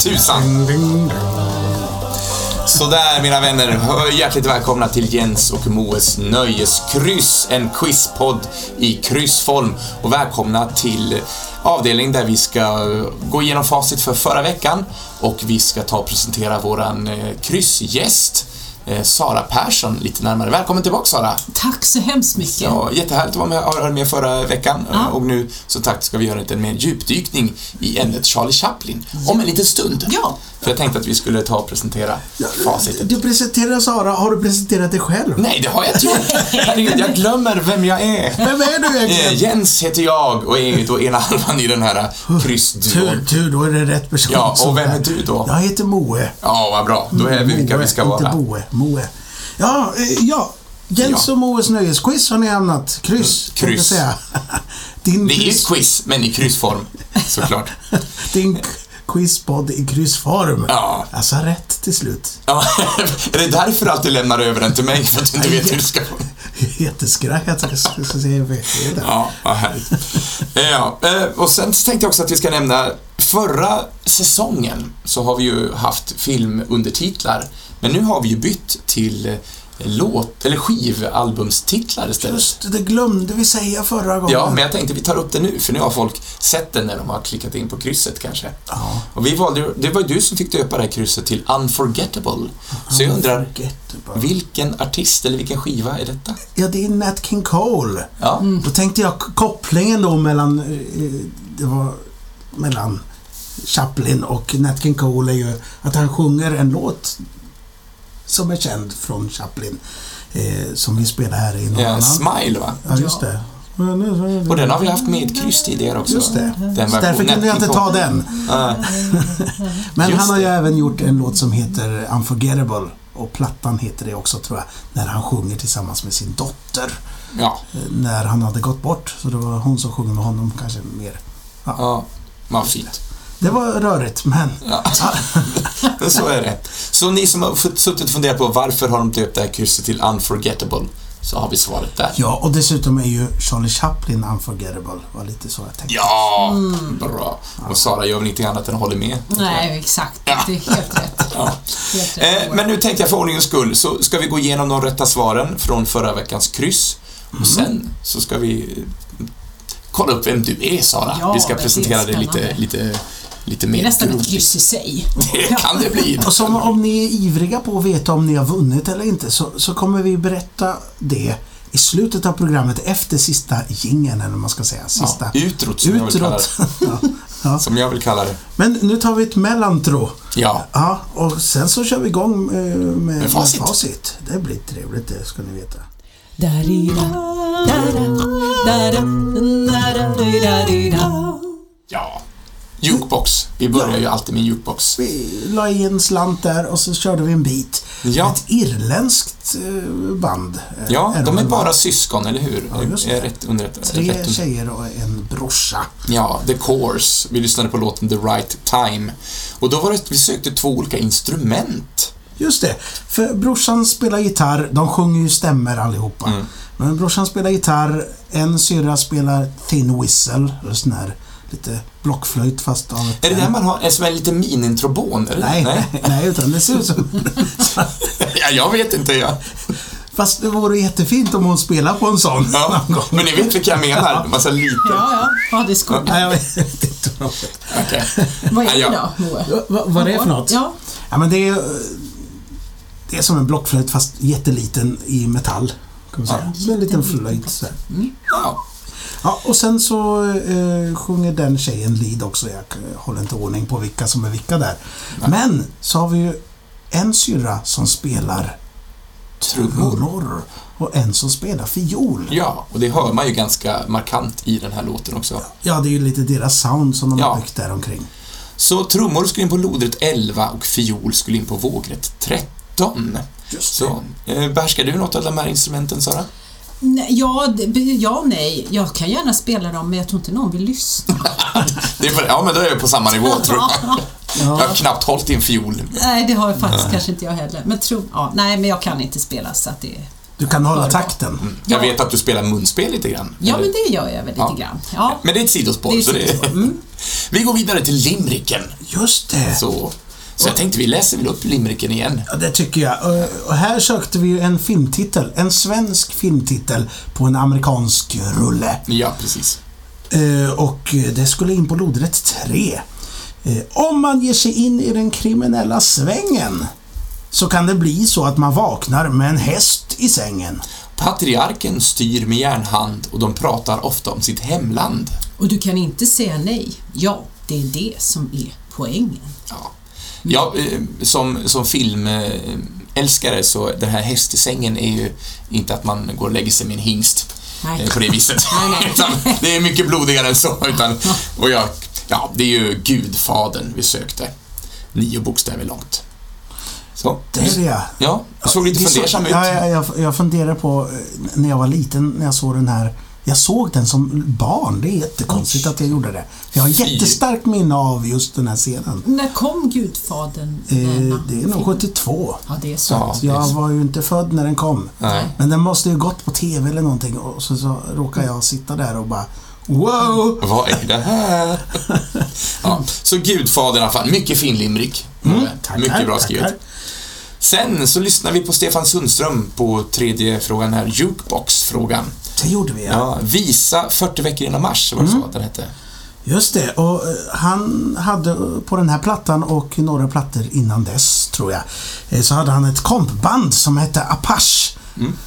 tusan. Så där, mina vänner, hjärtligt välkomna till Jens och Moes Nöjeskryss, en quizpodd i kryssform. Och välkomna till avdelning där vi ska gå igenom facit för förra veckan. Och vi ska ta och presentera våran kryssgäst, Sara Persson, lite närmare. Välkommen tillbaka, Sara. Tack så hemskt mycket. Ja, jättehärligt att vara med förra veckan. Ja. Och nu, så tack, ska vi göra en mer djupdykning i ämnet Charlie Chaplin om en liten stund. Ja. För jag tänkte att vi skulle ta och presentera facitet. Du presenterar Sara, har du presenterat dig själv? Nej, det har jag inte gjort. Herregud, jag glömmer vem jag är. Vem är du egentligen? Jens heter jag och är då ena halvan i den här kryssduon. Tur, då är det rätt person. Ja, och vem är du då? Jag heter Moe. Ja, vad bra. Då är vi vilka vi ska vara. Inte Moe. Ja. Jens och Moes Nöjesquiz har ni hamnat. Kryss. Kryss. Säga. Det är ett quiz, men i kryssform, såklart. Din quizpodd i kryssform. Ja. Alltså rätt till slut. Ja, är det därför alltid lämnar över den till mig, för att du inte vet hur du ska få? Jätteskraj att jag ska säga det. Ja, vad härligt. Ja, och sen tänkte jag också att vi ska nämna förra säsongen så har vi ju haft filmundertitlar, men nu har vi ju bytt till skivalbumstitlar istället. Just det glömde vi säga förra gången. Ja, men jag tänkte vi tar upp det nu, för nu har folk sett den när de har klickat in på krysset kanske. Ja. Och vi valde, det var du som fick döpa det här krysset till Unforgettable. Så jag undrar, vilken artist eller vilken skiva är detta? Ja, det är Nat King Cole. Ja. Då tänkte jag kopplingen då mellan Chaplin och Nat King Cole är ju att han sjunger en låt som är känd från Chaplin, som vi spelar här i Norrland. Smile, va? Ja, just det. Och den har vi haft med kryss tidigare också. Just det. Därför kunde jag inte ta den. Men han har ju även gjort en låt som heter Unforgettable, och plattan heter det också, tror jag, när han sjunger tillsammans med sin dotter. Ja. När han hade gått bort, så det var hon som sjunger med honom kanske mer. Ja, vad fint. Det var rörigt, men... Ja. Så är det. Så ni som har suttit och funderat på varför har de döpt det här krysset till Unforgettable, så har vi svaret där. Ja, och dessutom är ju Charlie Chaplin Unforgettable, var lite så jag tänkte. Ja, bra. Och Sara gör väl inte annat än att hålla med. Nej, exakt. Ja. Det är helt rätt. Ja. Helt rätt. Men nu tänkte jag för ordningens skull så ska vi gå igenom de rätta svaren från förra veckans kryss. Och sen så ska vi kolla upp vem du är, Sara. Ja, vi ska presentera dig lite mer. Det är nästan ett kryss i sig. Det kan det bli. Och som om ni är ivriga på att veta om ni har vunnit eller inte, så kommer vi berätta det i slutet av programmet efter sista jingeln, eller man ska säga. Sista utrot som jag vill kalla det. Ja. Som jag vill kalla det. Men nu tar vi ett mellantro. Ja. Ja, och sen så kör vi igång med facit. Det blir trevligt, det ska ni veta. Ja. Jukebox. Vi börjar ju alltid med jukebox. Vi la i en slant där och så körde vi en bit. Ja. Ett irländskt band. Ja, de är bara syskon, eller hur? Ja, just det. Jag är rätt underrättad. 3 tjejer och en brorsa. Ja, The Course. Vi lyssnade på låten The Right Time. Och då var det, vi sökte 2 olika instrument. Just det, för brorsan spelar gitarr. De sjunger ju stämmer allihopa. Men brorsan spelar gitarr. En syrra spelar thin whistle, eller sån här lite blockflöjt fast av Är det där man har som en liten minitrobon? Nej, utan det ser ut som... Ja, jag vet inte, Fast det vore jättefint om hon spelar på en sån. Ja, men ni vet vilka jag menar. Massa liten. Ja, det är skoj. Nej, jag vet inte. Okay. Vad är det då, Moe? Vad är det för något? Ja, men det är som en blockflöjt fast jätteliten i metall, kan man säga. Så en liten flöjt så här. Ja, och sen så sjunger den tjejen lead också. Jag håller inte ordning på vilka som är vilka där. Nej. Men så har vi ju en syrra som spelar trummor och en som spelar fiol. Ja, och det hör man ju ganska markant i den här låten också. Ja, det är ju lite deras sound som de har byggt där omkring. Så trummor skulle in på lodrätt 11 och fiol skulle in på vågrätt 13. Just så, behärskar du något av de här instrumenten, Sara? Nej, nej. Jag kan gärna spela dem, men jag tror inte någon vill lyssna. Men då är jag på samma nivå, tror jag. Jag har knappt hållit i en fiol. Nej, det har jag faktiskt kanske inte jag heller. Men men jag kan inte spela, så att det... Du kan hålla takten. Jag vet att du spelar munspel lite grann. Ja, men det gör jag väl lite grann. Ja. Men det är ett sidospår. Vi går vidare till limericken. Just det. Så jag tänkte vi läser väl upp limericken igen. Ja, det tycker jag. Och här sökte vi en filmtitel. En svensk filmtitel på en amerikansk rulle. Ja, precis. Och det skulle in på lodrätt 3. Om man ger sig in i den kriminella svängen så kan det bli så att man vaknar med en häst i sängen. Patriarken styr med järnhand och de pratar ofta om sitt hemland. Och du kan inte säga nej. Ja, det är det som är poängen. Ja, som filmälskare så den här häst i sängen är ju inte att man går och lägger sig med en hingst. Nej. På det viset. Nej. Utan det är mycket blodigare än så. Det är ju Gudfadern vi sökte. 9 bokstäver långt. Så. Det är det. Ja, jag såg lite fundersam ut. Jag funderar på när jag var liten, när jag såg den här. Jag såg den som barn. Det är jättekonstigt att jag gjorde det. Jag har jättestarkt minne av just den här scenen. När kom Gudfadern? Det är nog 72. Ja, det är så. Ja, Jag var ju inte född när den kom. Nej. Men den måste ju gått på tv eller någonting. Och så råkar jag sitta där och bara wow! Vad är det här? Så Gudfadern i alla fall. Mycket fin limerick. Mycket bra skrivet. Sen så lyssnar vi på Stefan Sundström på tredje frågan här. Jukebox-frågan. Det gjorde vi, ja. Visa 40 veckor innan mars, var det så att den hette? Just det, och han hade på den här plattan och några plattor innan dess, tror jag, så hade han ett kompband som hette Apache.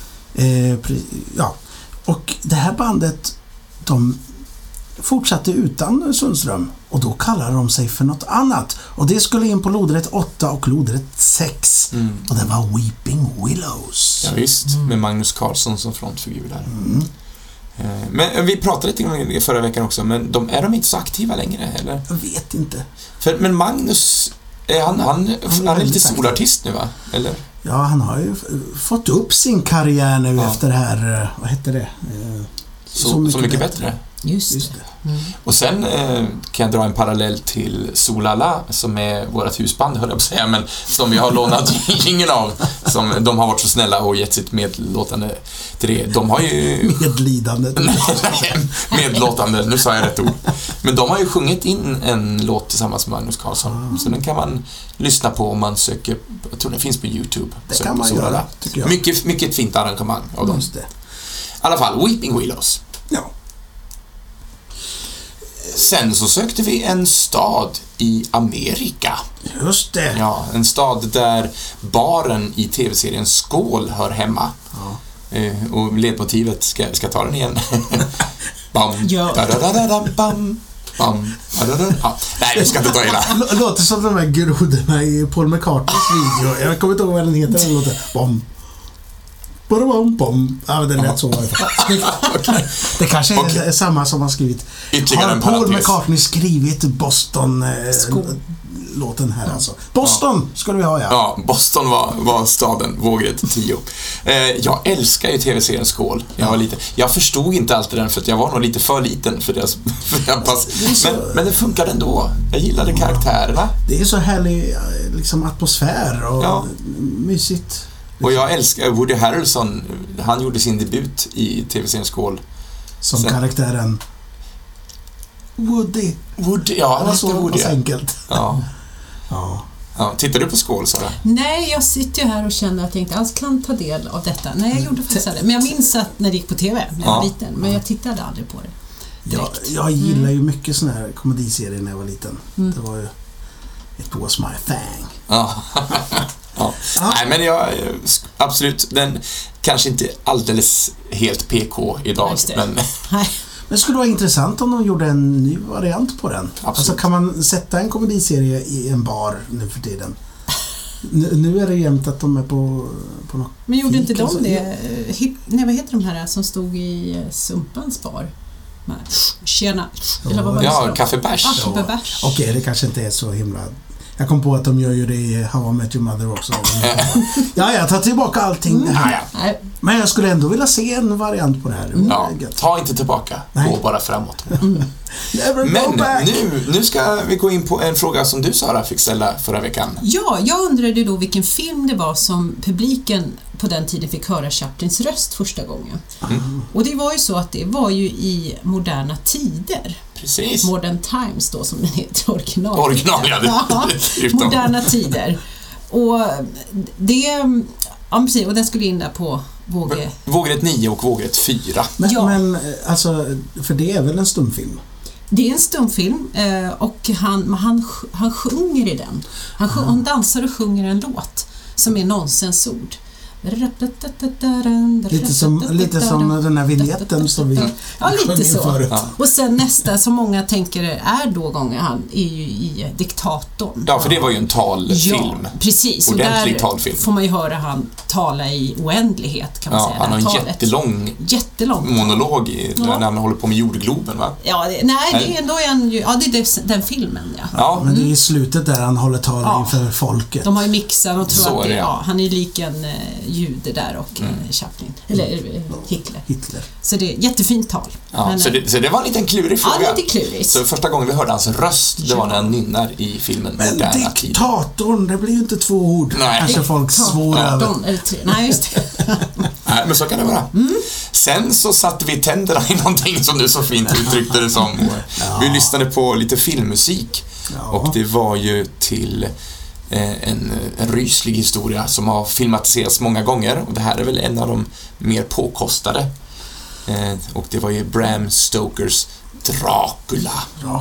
Och det här bandet, de fortsatte utan Sundström och då kallade de sig för något annat. Och det skulle in på lodrätt 8 och lodrätt 6. Och det var Weeping Willows. Ja, visst, med Magnus Carlsson som frontfigur där. Men vi pratade lite om det förra veckan också, men är de inte så aktiva längre, eller? Jag vet inte. Men Magnus, han är lite solartist nu, va? Eller? Ja, han har ju fått upp sin karriär nu efter det här, vad heter det? Så mycket bättre. Just det. Och sen kan jag dra en parallell till Solala som är vårt husband, höll jag på att säga, men som vi har lånat ingen av, som de har varit så snälla och gett sitt medlåtande till det. De har ju... Medlåtande, nu sa jag rätt ord. Men de har ju sjungit in en låt tillsammans med Magnus Carlsson. Så den kan man lyssna på om man söker, jag tror den finns på YouTube. Det kan man göra, tycker jag. Mycket fint arrangemang av dem. Just det. I alla fall, Weeping Willows. Ja. Sen så sökte vi en stad i Amerika. Just det. Ja, en stad där baren i tv-serien Skål hör hemma. Ja. Och ledmotivet ska ta den igen. Bam, Ja. bam, bam, nej, jag ska inte ta hela. Låter som de här grodorna i Paul McCartneys video. Jag kommer inte ihåg vad den heter. Den låter bom. Bom, bom. Ja, det lät så. Okay. Det kanske är samma som har skrivit. Ytterligare en Paul parentes. McCartney skrivit Boston låten här alltså. Boston skulle vi ha, ja. Ja, Boston var staden, vågrätt 10. Jag älskar ju tv-serien Skål. Jag förstod inte alltid den för att jag var nog lite för liten för deras pass. Men det funkade ändå. Jag gillade karaktärerna. Det är så härlig liksom, atmosfär och mysigt. Och jag älskar Woody Harrelson. Han gjorde sin debut i tv-serien Skål. Som karaktären Woody. Ja, han heter Woody. Så enkelt. Ja. Tittar du på Skål, Sara? Nej, jag sitter ju här och känner att jag inte alls kan ta del av detta. Nej, jag gjorde faktiskt det. Men jag minns att när det gick på tv när jag var liten. Men jag tittade aldrig på det. Jag gillar ju mycket såna här komediserier när jag var liten. Det var ju It was my thing. Nej, men jag absolut, den kanske inte alldeles helt PK idag, men det skulle vara intressant om de gjorde en ny variant på den. Absolut. Alltså kan man sätta en komediserie i en bar nu för tiden? Nu är det jämt att de är på något. Men gjorde inte de det? Nej, vad heter de här som stod i Sumpans bar? Tjena. Eller vad var det? Ja, kaffebärs. Kaffebärs. Okej, det kanske inte är så himla. Jag kom på att de gör ju det i How I Met Your Mother också. Jag tar tillbaka allting. Men jag skulle ändå vilja se en variant på det här. Ta inte tillbaka. Gå bara framåt. Men nu ska vi gå in på en fråga som du, Sara, fick ställa förra veckan. Ja, jag undrade då vilken film det var som publiken på den tiden fick höra Chaplins röst första gången. Och det var ju så att det var ju i moderna tider. Precis. Modern Times då, som den heter original. Moderna tider. Och det... Ja, precis. Och den skulle in där på vågrätt 9 och vågrätt 4. Men alltså, för det är väl en stumfilm? Det är en stumfilm och han sjunger i den. Han dansar och sjunger en låt som är nonsensord. Lite som den här vignetten som vi lite så. Förut. Ja. Och sen nästa som många tänker är då gången han är ju i Diktatorn. Ja, för det var ju en talfilm. Ja, precis. Och ordentlig där talfilm. Får man ju höra han tala i oändlighet, kan man säga. Han har en jättelång monolog när han håller på med jordgloben, va? Ja, det är ändå det är den filmen, ja. Men det är i slutet där han håller tal inför folket. De har ju mixat och tror att han är lik en jude där och Chaplin. Eller Hitler. Så det är jättefint tal. Ja, men, så det var en liten klurig fråga. Ja, lite klurigt. Så första gången vi hörde hans röst, det var när han nynnar i filmen. Men Diktatorn, det blir ju inte 2 ord. Nej. Kanske folk svår över. Eller 3. Nej, just det. Nej, men så kan det vara. Sen så satte vi tänderna i någonting som du så fint uttryckte det som. Vi lyssnade på lite filmmusik. Och det var ju till en ryslig historia som har filmatiserats många gånger. Och det här är väl en av de mer påkostade. Och det var ju Bram Stokers Dracula.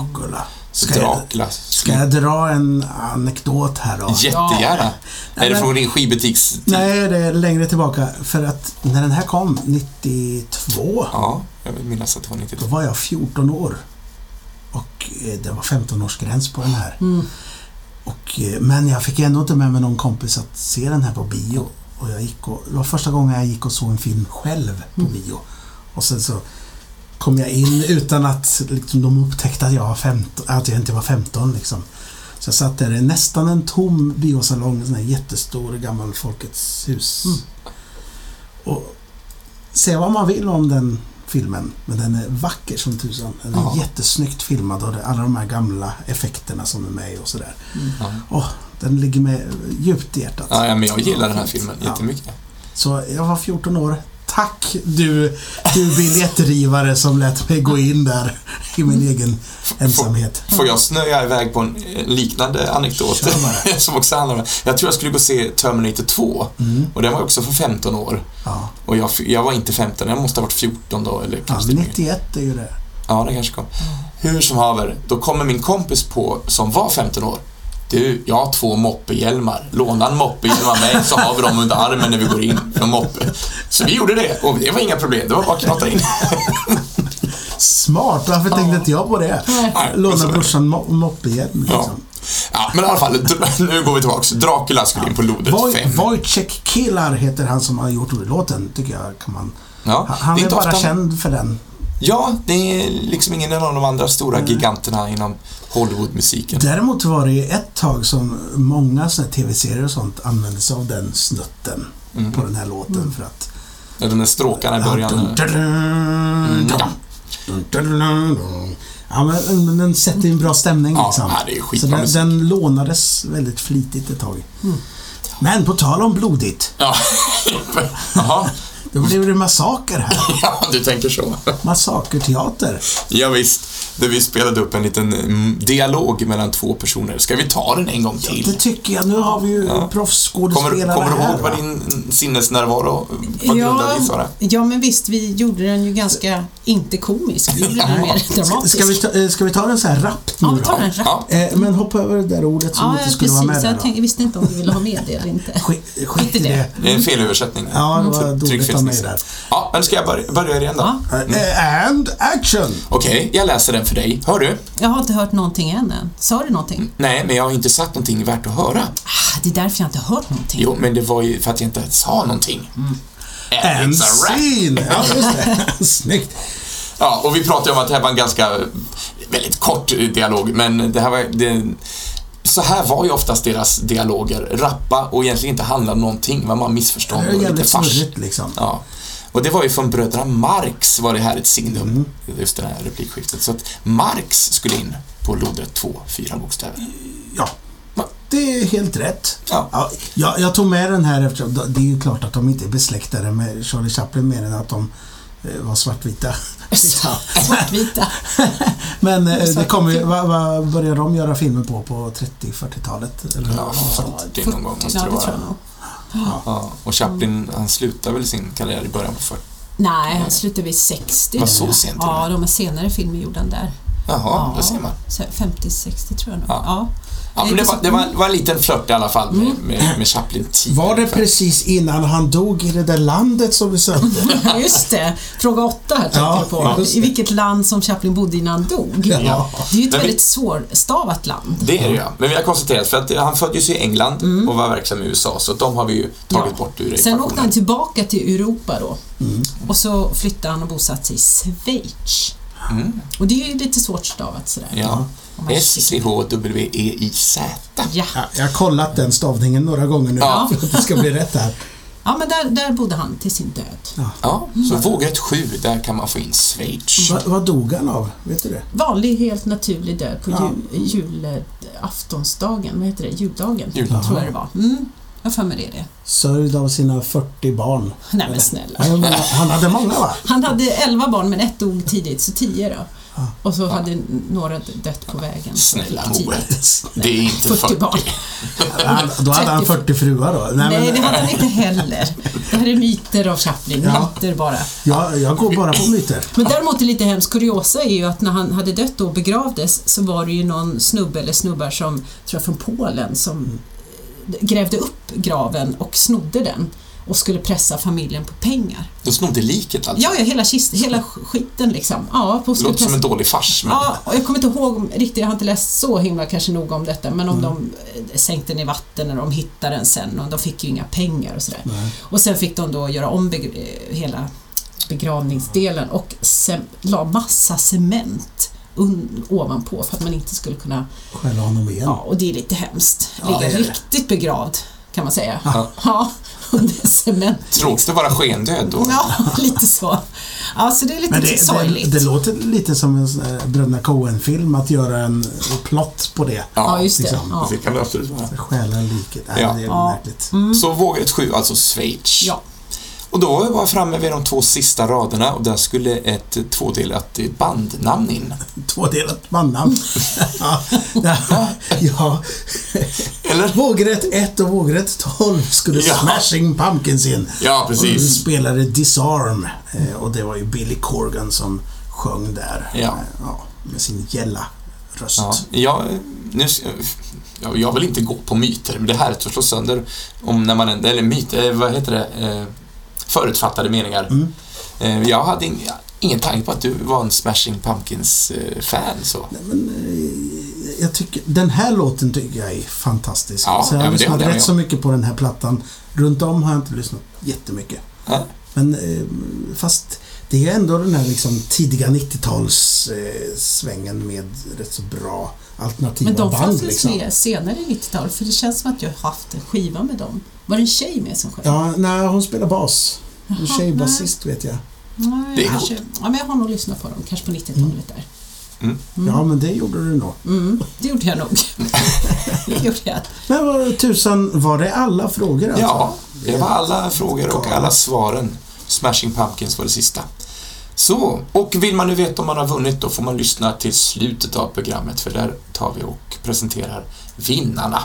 Ska jag dra en anekdot här då? Jättegärna. Är det från din skivbutiks? Nej, det är längre tillbaka. För att när den här kom 92. Ja, jag vill minnas att det var 92. Då var jag 14 år. Och det var 15-årsgräns på den här. Men jag fick ändå inte med mig någon kompis att se den här på bio. Och det var första gången jag gick och såg en film själv på bio. Och sen så kom jag in utan att liksom, de upptäckte att jag inte var 15 liksom. Så jag satt där i nästan en tom biosalong, en sån här jättestor gammal Folkets hus. Och se vad man vill om den filmen, men den är vacker som tusan. Den är jättesnyggt filmad och alla de här gamla effekterna som är med och sådär. Den ligger med djupt i hjärtat. Ja, men jag gillar den här filmen jättemycket. Så jag var 14 år. Tack du biljettrivare som lät mig gå in där i min egen ensamhet. Får jag snöja iväg på en liknande anekdot som också handlar om. Jag tror jag skulle gå och se Terminator 2 och den var också för 15 år. Ja. Och jag var inte 15, jag måste ha varit 14 då. Eller kanske 91 är ju det. Ja, det kanske kom. Hur som haver, då kommer min kompis på som var 15 år. Du, jag har 2 moppehjälmar. Låna en moppehjälm av mig så har vi dem under armen när vi går in för moppe. Så vi gjorde det och det var inga problem. Det var bara att knata in. Smart, varför tänkte inte jag på det? Låna brorsan moppehjälm liksom. Ja, men i alla fall, nu går vi tillbaka. Dracula skulle in på lodet 5. Wojciech Kilar heter han som har gjort låten, tycker jag kan man. Han är bara känd för den. Ja, det är liksom ingen av de andra stora giganterna inom Hollywood-musiken. Däremot var det ett tag som många såna tv-serier och sånt använde sig av den snutten på den här låten för att... Ja, de där stråkarna i början. Ja, men den sätter en bra stämning liksom. Ja, det är skitbra musik. Så den lånades väldigt flitigt ett tag. Men på tal om blodigt. Ja. Jaha. Då blev det massaker här. Ja, du tänker så. Massakerteater. Ja, visst. Där vi spelade upp en liten dialog mellan 2 personer. Ska vi ta den en gång till? Ja, det tycker jag. Nu har vi ju proffsskådespelare Kommer du ihåg vad din sinnesnärvaro grundade i, Sara? Ja, men visst. Vi gjorde den ju ganska inte komisk. Vi gjorde den mer dramatisk. Ska vi ta den så här rappt nu? Ja, vi tar den rappt. Men hoppa över det där ordet som inte skulle vara med där. Jag visste inte om du ville ha med det eller inte. Skit i det. Det är en felöversättning. Ja, det var dåligt av mig där. Ja, men ska jag börja igen då? And action! Okej, jag läser den för dig. Hör du? Jag har inte hört någonting än. Sa du någonting? Nej, men jag har inte sagt någonting värt att höra. Det är därför jag inte har hört någonting. Jo, men det var ju för att jag inte sa någonting. And scene! Ja, just det. Snyggt. Ja, och vi pratade om att det här var en ganska väldigt kort dialog, men det här var... Så här var ju oftast deras dialoger. Rappa och egentligen inte handla om någonting. Man missförstånd och lite fars. Liksom. Ja. Och det var ju från bröderna Marx var det här ett signum. Just det här replikskiftet. Så att Marx skulle in på lodrätt 2, 4 bokstäver. Ja. det är helt rätt. Jag tog med den här eftersom det är ju klart att de inte är besläktade med Charlie Chaplin mer än att de var svartvita. Svartvita. Men det kommer ju, vad började de göra filmer på 30-40-talet? Eller det någon gång måste det vara. Ja. Och Chaplin, han slutade väl sin karriär i början på 40? Nej, han slutade vid 60. Var så sent? Ja, de är senare filmer gjorde han där. Jaha, det ser man. 50-60 tror jag nog. Ja, men det var en liten flört i alla fall med Chaplin-tiden. Var det precis innan han dog i det där landet som du sa? Just det. Fråga 8 här tänkte jag på. I vilket land som Chaplin bodde innan han dog. Ja. Det är ju ett väldigt svårstavat land. Det är det, ja. Men vi har konstaterat, för att han föddes i England och var verksam i USA, så de har vi ju tagit bort ur ekvationen. Sen åkte han tillbaka till Europa då. Och så flyttade han och bosatte sig i Schweiz. Och det är ju lite svårt stavat sådär. Ja. S-C-H-W-E-I-Z. Ja. Jag har kollat den stavningen några gånger nu för att det ska bli rätt här. Ja, men där bodde han till sin död. Ja, så vågrätt 7, där kan man få in Schweiz. Vad dog han av? Vet du det? Vanlig, helt naturlig död på julaftonsdagen. Vad heter det? Juldagen, tror jag det var. Jag får med det. Sörjd av sina 40 barn. Nej, men snälla. Han hade många, va? Han hade 11 barn, men ett dog tidigt, så 10 då. Och så hade några dött på vägen. Snälla Moet, det är inte 40 barn. Då hade han 40 fruar då? Nej, det hade han inte heller. Det här är myter av Chaplin, myter bara. Jag går bara på myter. Men däremot är lite hemskt kuriosa är ju att när han hade dött och begravdes så var det ju någon snubbe eller snubbar som, tror jag från Polen, som grävde upp graven och snodde den och skulle pressa familjen på pengar. De snodde liket alltså? Ja, hela skiten liksom. Ja, det låter som en dålig fars. Men... Ja, och jag kommer inte ihåg riktigt, jag har inte läst så himla kanske noga om detta, men om de sänkte den i vatten när de hittade den sen, och de fick ju inga pengar och sådär. Och sen fick de då göra om hela begravningsdelen och la massa cement ovanpå för att man inte skulle kunna skälla honom igen. Ja, och det är lite hemskt. Ligger riktigt begravd, kan man säga. Ja, under cement. Tråks det vara skendöd då? Ja, lite så. Alltså det är lite sorgligt. Det låter lite som en Bröderna Coen-film att göra en plott på det. Ja, just det. Liksom. Ja. Det kan det absolut vara. Stjäla liket. Det är märkligt. Så vågrätt 7, alltså Schweiz. Ja. Och då var jag framme vid de 2 sista raderna och där skulle ett 2-delat bandnamn in. 2-delat bandnamn? Ja. Eller? Vågrätt 1 och vågrätt 12 skulle Smashing Pumpkins in. Ja, precis. Och de spelade Disarm. Och det var ju Billy Corgan som sjöng där. Med sin gälla röst. Jag vill inte gå på myter, men det här är att slå sönder om när man eller myter, vad heter det? Förutfattade meningar. Jag hade ingen tanke på att du var en Smashing Pumpkins-fan. Så. Nej, men, jag tycker, den här låten tycker jag är fantastisk. Så jag har lyssnat rätt så mycket på den här plattan. Runt om har jag inte lyssnat jättemycket. Men fast det är ändå den här liksom tidiga 90-talssvängen med rätt så bra alternativa band. Men de fanns liksom med senare i 90-talet, för det känns som att jag har haft en skiva med dem. Var det en tjej med som sjöng? Ja, nej, hon spelar bas. En tjejbasist vet jag. Nej, men jag har nog lyssnat på dem, kanske på 90-talet där. Ja, men det gjorde du nog. Det gjorde jag nog. Men vad tusan, var det alla frågor alltså? Ja, det var alla frågor och alla svaren. Smashing Pumpkins var det sista. Så, och vill man nu veta om man har vunnit, då får man lyssna till slutet av programmet, för där tar vi och presenterar vinnarna.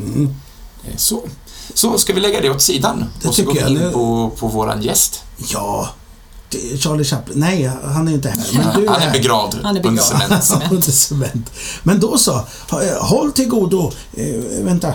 Så ska vi lägga det åt sidan och så går vi in på våran gäst. Ja, det är Charlie Chaplin. Nej, han är inte här. Men du han är begravd under cement. Men då så, håll till godo. Vänta.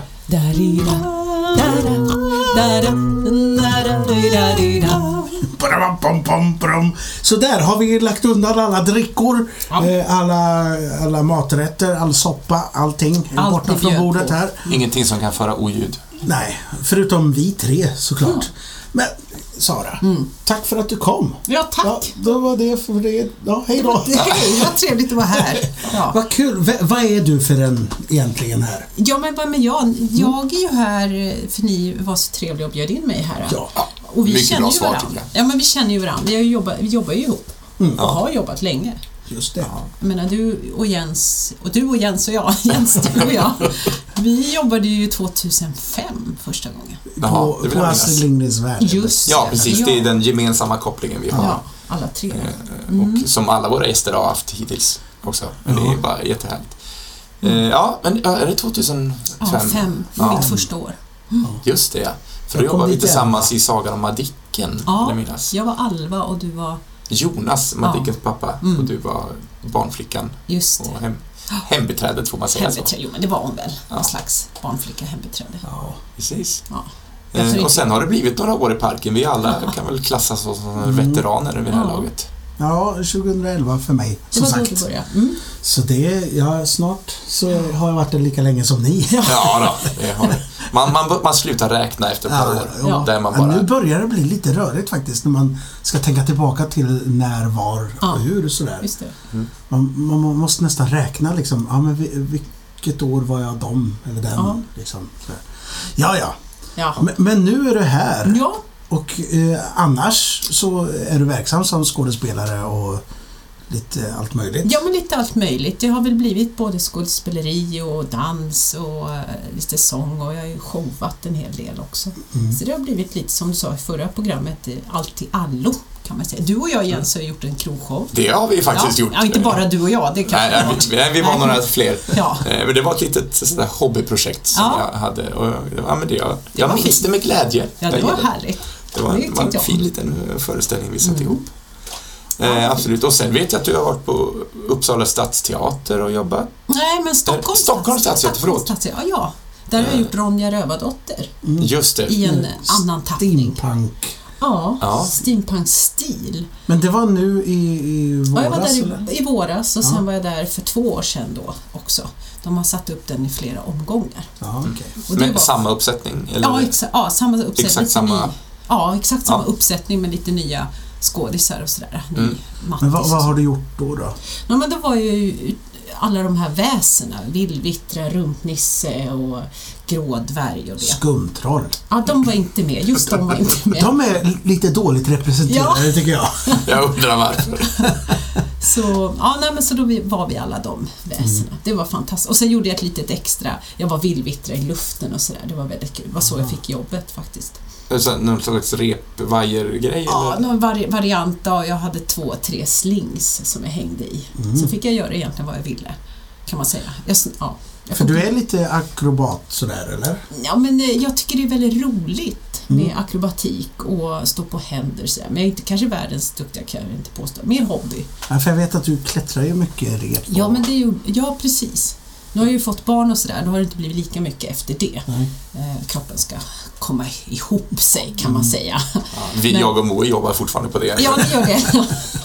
Så där har vi lagt undan alla drickor, alla maträtter, all soppa, allting borta från bordet här. Ingenting som kan föra oljud. Nej, förutom vi 3 såklart. Men Sara, tack för att du kom. Ja, tack. Ja, då var det för det. Ja, hej då. Hej, vad trevligt att vara här. Ja. Vad kul. Vad är du för en egentligen här? Ja, men vad med jag? Jag är ju här för ni var så trevliga och bjöd in mig här. Ja, och vi känner ju varandra. Ja, men vi känner ju varandra. Vi jobbar ju ihop och har jobbat länge. Just det. Ja. Jag menar, du och Jens och jag, Jens, du och jag, vi jobbade ju 2005 första gången. På Astrid Lindgrens Värld. Just ja, precis. Det är den gemensamma kopplingen vi har. Ja, alla tre. Och som alla våra gäster har haft hittills också. Men det är bara jättehärligt. Ja, men är det 2005? Ja, 5, mitt första år. Just det, ja. För då jobbade vi tillsammans i Sagan om Madicken. Ja, jag var Alva och du var... Jonas, Madickens pappa. Och du var barnflickan. Just det. Och hembiträdet får man säga så. Jo, men det var hon väl. En slags barnflicka, hembiträde. Ja, precis. Ja. Och sen har det blivit några år i parken. Vi alla kan väl klassas som veteraner vid det här laget. Ja, 2011 för mig, som sagt. Då började. Så snart så har jag varit där lika länge som ni. Ja då, det har det. Man slutar räkna efter ett par år. Ja. Där man bara... Nu börjar det bli lite rörigt faktiskt när man ska tänka tillbaka till när, var och hur och sådär. Just det. Man måste nästan räkna liksom, men vilket år var jag dem eller den liksom. Ja. Men nu är du här. Ja. Och annars så är du verksam som skådespelare och lite allt möjligt. Ja, men lite allt möjligt. Det har väl blivit både skådespeleri och dans och lite sång, och jag har ju showat en hel del också. Så det har blivit lite, som du sa i förra programmet, allt i allo kan man säga. Du och jag, Jens, har gjort en krogshow. Det har vi faktiskt gjort. Ja, inte bara du och jag. Det vi var några fler. Ja. Men det var ett litet sådär hobbyprojekt som jag hade. Och, jag minns det med glädje. Ja, det var härligt. Det var en fin liten föreställning vi satt ihop. Absolut. Och sen vet jag att du har varit på Uppsala stadsteater och jobbat. Nej, men Stockholms stadsteater, förlåt. Ja. Där har jag gjort Ronja Rövardotter. Just det. I en annan tappning. Steampunk. Ja, steampunk-stil. Men det var nu i våras? Ja, jag var där i våras och sen var jag där för 2 år sedan då också. De har satt upp den i flera omgångar. Ja, okay. Men samma uppsättning? Eller? Ja, samma uppsättning. Exakt samma... exakt samma uppsättning med lite nya skådisar och sådär. Men vad har du gjort då? Ja, men då var ju alla de här väsena, Villvittra, Rumpnisse och Grådvärg och det. Skumtroll. Ja, de var inte med. Just de var inte med. De är lite dåligt representerade tycker jag. Jag undrar varför. Så då var vi alla de väsena. Det var fantastiskt. Och sen gjorde jag ett litet extra. Jag var Villvittra i luften och sådär. Det var väldigt kul. Det var så jag fick jobbet faktiskt. Någon slags repvajergrej? Ja, någon variant. Jag hade 2-3 slings som jag hängde i. Så fick jag göra egentligen vad jag ville, kan man säga. För du är lite akrobat sådär, eller? Ja, men jag tycker det är väldigt roligt med akrobatik och stå på händer så. Men jag är inte kanske världens duktiga, kan jag inte påstå. Mer hobby. Ja, för jag vet att du klättrar ju mycket rep. Ja, men precis. Nu har jag ju fått barn och sådär, då har det inte blivit lika mycket efter det. Kroppen ska komma ihop sig, kan man säga. Ja, jag och Moe jobbar fortfarande på det. Ja, det gör det.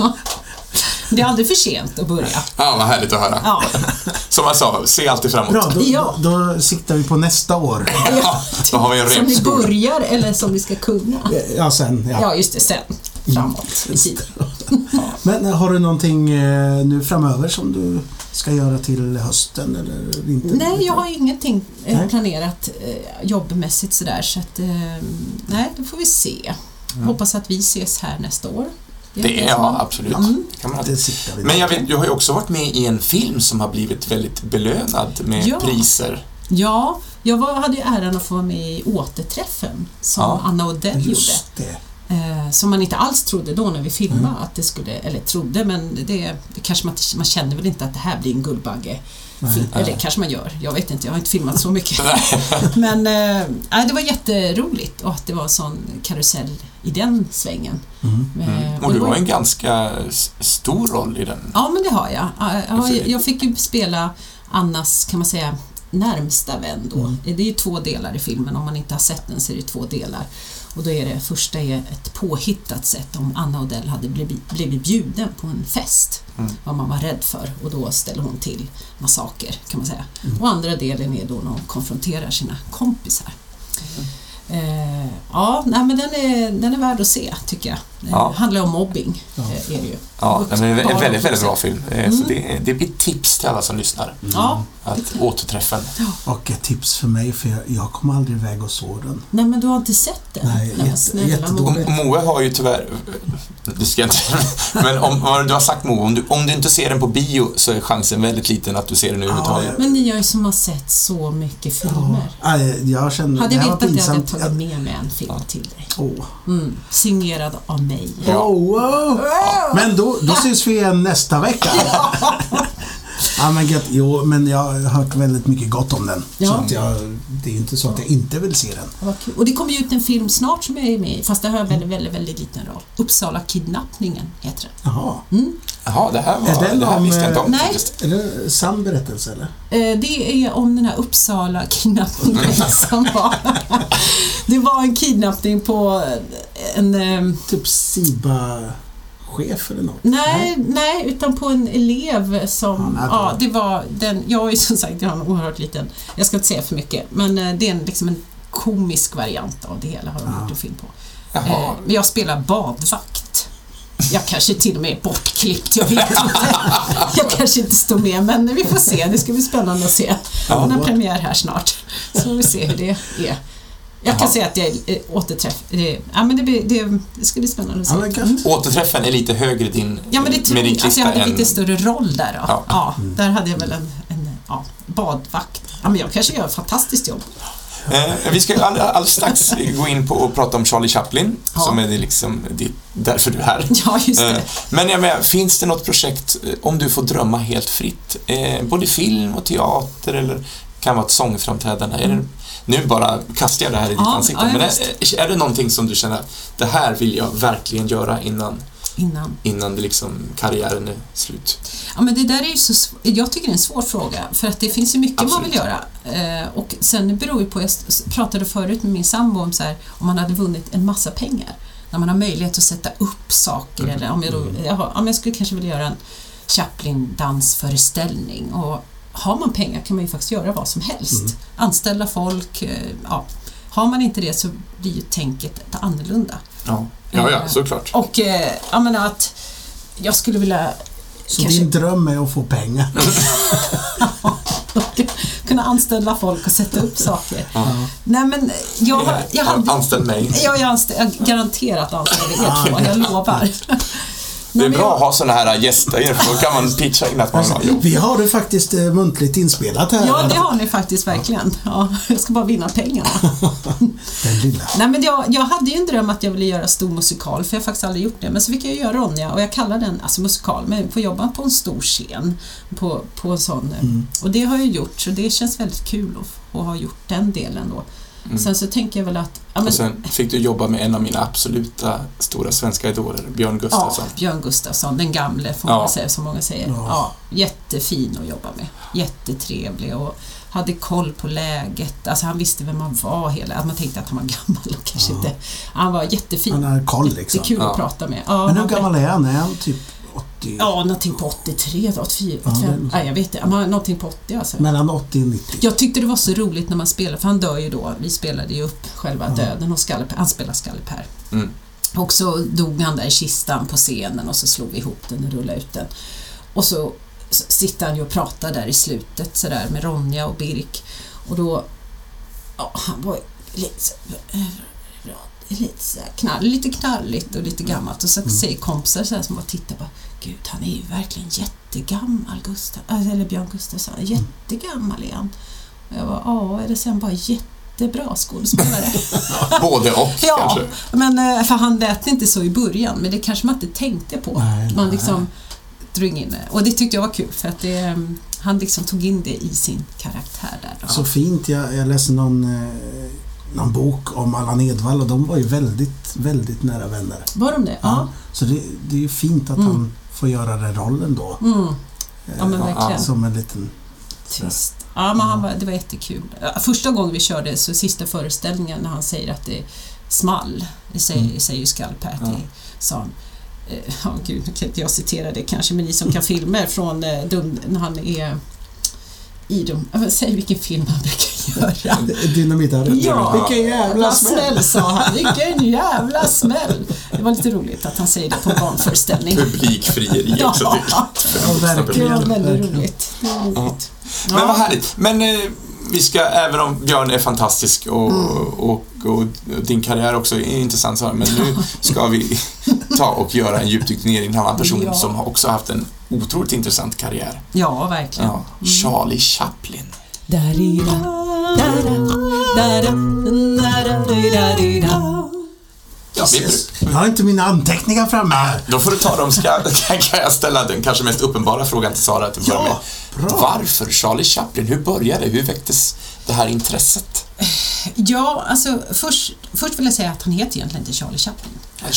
Det är aldrig för sent att börja. Ja, vad härligt att höra. Ja. Som jag sa, se alltid framåt. Bra, då siktar vi på nästa år. Ja, då har vi en repskola. Som ni börjar eller som vi ska kunna. Ja, sen. Ja, just det, sen. Framåt i tiden. Men har du någonting nu framöver som du ska göra till hösten eller vintern? Nej, jag har ingenting planerat jobbmässigt sådär. Så att, nej, då får vi se. Hoppas att vi ses här nästa år. Absolut. Kan man men jag vet, du har ju också varit med i en film som har blivit väldigt belönad med priser. Ja, jag hade ju äran att få vara med i Återträffen som Anna Odell gjorde. Som man inte alls trodde då när vi filmade att det skulle, eller trodde, men det kanske man kände väl inte att det här blir en Guldbagge. Eller kanske man gör, jag vet inte, jag har inte filmat så mycket. Men det var jätteroligt och att det var en sån karusell i den svängen. Och du har en ganska stor roll i den. Ja, men det har jag. Jag fick ju spela Annas, kan man säga, närmsta vän då. Det är ju 2 delar i filmen, om man inte har sett den så är det 2 delar. Och då är det första är ett påhittat sätt om Anna Odell hade blivit bjuden på en fest. Vad man var rädd för. Och då ställer hon till massaker, kan man säga. Och andra delen är då när hon konfronterar sina kompisar. Men den är värd att se, tycker jag. Det handlar om mobbing, är det ju. Ja, det är en väldigt, väldigt bra film. Så det blir tips till alla som lyssnar. Att Återträffen. Och ett tips för mig, för jag kommer aldrig iväg och så den. Nej, men du har inte sett den? Nej, jättedåligt. Moe har ju Du ska inte. Men om du har sagt Mo, om du inte ser den på bio så är chansen väldigt liten att du ser den överhuvudtaget. Men ni har ju som har sett så mycket filmer. Jag känner, hade jag vetat att jag hade tagit med mig en film till dig. Signerad av mig. Wow. Men då syns vi igen nästa vecka. Ja, men jag har hört väldigt mycket gott om den. Så att det är inte så att jag inte vill se den. Och det kommer ju ut en film snart som jag är med i, fast det har väldigt, väldigt, väldigt liten roll. Uppsala kidnappningen heter den. Jaha, det här visste jag inte om. Nej. Är det sann berättelse eller? Det är om den här Uppsala kidnappningen som var. Det var en kidnappning på en typ SIBA-chef eller något? Nej, utan på en elev som det var den. Jag är ju som sagt, jag har en oerhört liten. Jag ska inte säga för mycket, men det är liksom en komisk variant av det hela har de gjort en film på. Men jag spelar badvakt. Jag kanske till och med är bortklippt, jag vet inte. Jag kanske inte står med, men vi får se. Det ska bli spännande att se. Den har premiär här snart. Så får vi se hur det är. Jag kan säga att jag återträff. Men det ska bli spännande att se. Återträffen är lite högre din alltså jag hade lite större roll där då. Där hade jag väl en badvakt. Men jag kanske gör ett fantastiskt jobb. Vi ska alldeles strax gå in på och prata om Charlie Chaplin som är det liksom därför du är här. Ja, just det. Men finns det något projekt om du får drömma helt fritt? Både film och teater eller kan vara ett sångframträdande? Nu bara kastar jag det här i ditt ansikte. Men är det någonting som du känner det här vill jag verkligen göra innan det liksom karriären är slut? Ja, men det där är ju så jag tycker det är en svår fråga för att det finns ju mycket man vill göra och sen beror ju på, jag pratade förut med min sambo om så här, om man hade vunnit en massa pengar när man har möjlighet att sätta upp saker eller om jag skulle kanske vilja göra en Chaplin-dansföreställning och har man pengar kan man ju faktiskt göra vad som helst. Anställa folk, har man inte det så blir ju tänket annorlunda. Ja, såklart. Och jag menar att jag skulle vilja så din dröm är att få pengar. Kunna anställa folk och sätta upp saker. Nej, men jag hade anställd mig. Jag garanterat anställde er två, jag lovar. Det är bra att ha såna här gäster för då kan man pitcha in att man har jobb. Vi har det faktiskt muntligt inspelat här. Ja, det har ni faktiskt verkligen. Ja, jag ska bara vinna pengarna. Den lilla. Nej, men jag hade ju en dröm att jag ville göra stor musikal för jag har faktiskt aldrig gjort det. Men så fick jag göra Ronja och jag kallar den musikal men får jobba på en stor scen på en sån. Och det har jag gjort så det känns väldigt kul att ha gjort den delen då. Sen så tänker jag väl att och sen fick du jobba med en av mina absoluta stora svenska idoler, Björn Gustafsson. Ja, Björn Gustafsson, den gamle får man säga, som många säger. Jättefin att jobba med. Jättetrevlig och hade koll på läget. Alltså han visste vem man var att man tänkte att han var gammal och kanske inte. Han var jättefin. Han har koll liksom. Det är kul att prata med. Men hur gammal är han? Är han typ 80? Ja, någonting på 83, 84, 85. Jag vet inte. Någonting på 80 alltså. Mellan 80 och 90. Jag tyckte det var så roligt när man spelade, för han dör ju då. Vi spelade ju upp själva döden och han spelar Skalle Per. Och så dog han där i kistan på scenen och så slog vi ihop den och rullade ut den. Och så sitter han ju och pratar där i slutet så där med Ronja och Birk. Och då han var lite knalligt och lite gammalt och så säger kompisar så här som bara tittar på, gud han är ju verkligen jättegammal Björn Gustafsson, jättegammal är han. Och jag bara, är det sen bara jättebra skådespelare? Både och kanske. Men för han lät inte så i början, men det kanske man inte tänkte på. Man liksom drog in det. Och det tyckte jag var kul för att han liksom tog in det i sin karaktär där. Så fint, jag läste någon bok om Allan Edwall och de var ju väldigt, väldigt nära vänner. Var de det? Ja. Så det är ju fint att han får göra den rollen då. Ja, men verkligen. Som en liten twist. Ja, men det var jättekul. Första gången vi körde så sista föreställningen när han säger att det small. Det säger ju Skalle Per sa han. Gud, nu kan inte jag citera det kanske, men ni som kan filmer från när han är i dem. Säg vilken film han brukar göra. Dynamitarret. Ja, vilken jävla smäll, sa han. Vilken jävla smäll. Det var lite roligt att han säger det på en barnföreställning. Publikfrieri också. Det var väldigt roligt. Men vad härligt. Men vi ska, även om Björn är fantastisk och din karriär också är intressant, men nu ska vi ta och göra en djupdykning i en annan person som också har haft en otroligt intressant karriär. Ja, verkligen. Ja, Charlie Chaplin. Jag har inte mina anteckningar framme. Då får du ta dem. Kan jag ställa den kanske mest uppenbara frågan till Sara till att börja med. Bra. Varför Charlie Chaplin? Hur började det? Hur väcktes det här intresset? Ja, alltså först vill jag säga att han heter egentligen inte Charlie Chaplin.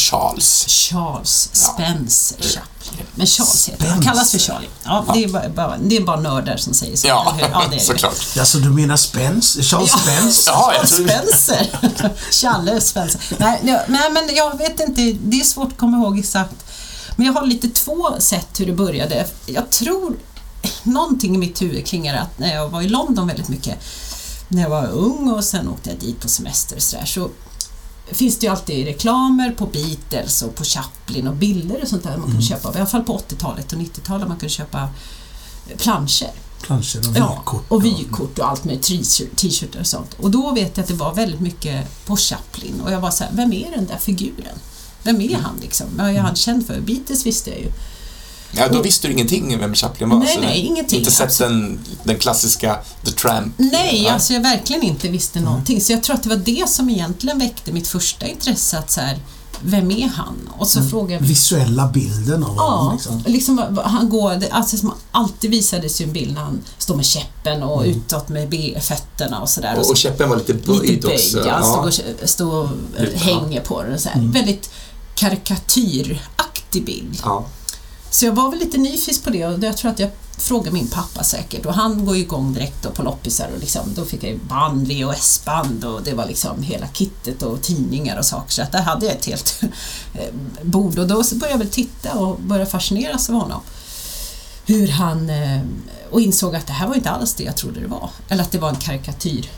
Charles Spencer Chaplin. Men Charles heter han. kallas för Charlie. Ja, det är bara nördar som säger så. Ja, det är såklart. Ja, så du menar Spence? Charles Spence? Ja, jag tror... Spencer. Charles Spencer. Nej, men jag vet inte. Det är svårt att komma ihåg exakt. Men jag har lite två sätt hur det började. Jag tror någonting i mitt huvud klingar att när jag var i London väldigt mycket, när jag var ung och sen åkte jag dit på semester och så finns det ju alltid reklamer på Beatles och på Chaplin och bilder och sånt där man kunde köpa. I alla fall på 80-talet och 90-talet man kunde köpa planscher och vykort. Och vykort och allt med t-shirtar och sånt. Och då vet jag att det var väldigt mycket på Chaplin och jag var så här, vem är den där figuren? Vem är han liksom? Jag hade känt för Beatles visste jag ju. Ja, då visste du ingenting om vem Chaplin var. Nej, ingenting. Inte sett den klassiska The Tramp. Nej, alltså jag verkligen inte visste någonting. Så jag tror att det var det som egentligen väckte mitt första intresse att så här, vem är han? Och så frågade jag... Visuella bilden av honom. Ja, liksom han går... Alltså som alltid visades ju en bild när han står med käppen och utåt med fötterna och sådär. Och käppen var lite böjd också. Ja, stod och hänger på den. Så här. Väldigt karikatyraktig bild. Ja. Så jag var väl lite nyfiken på det och jag tror att jag frågade min pappa säkert och han går ju igång direkt då på loppisar och liksom, då fick jag ju band, VHS-band och det var liksom hela kittet och tidningar och saker så att där hade jag ett helt bord och då började jag väl titta och började fascineras av honom. Hur han och insåg att det här var inte alls det jag trodde det var eller att det var en karikatyr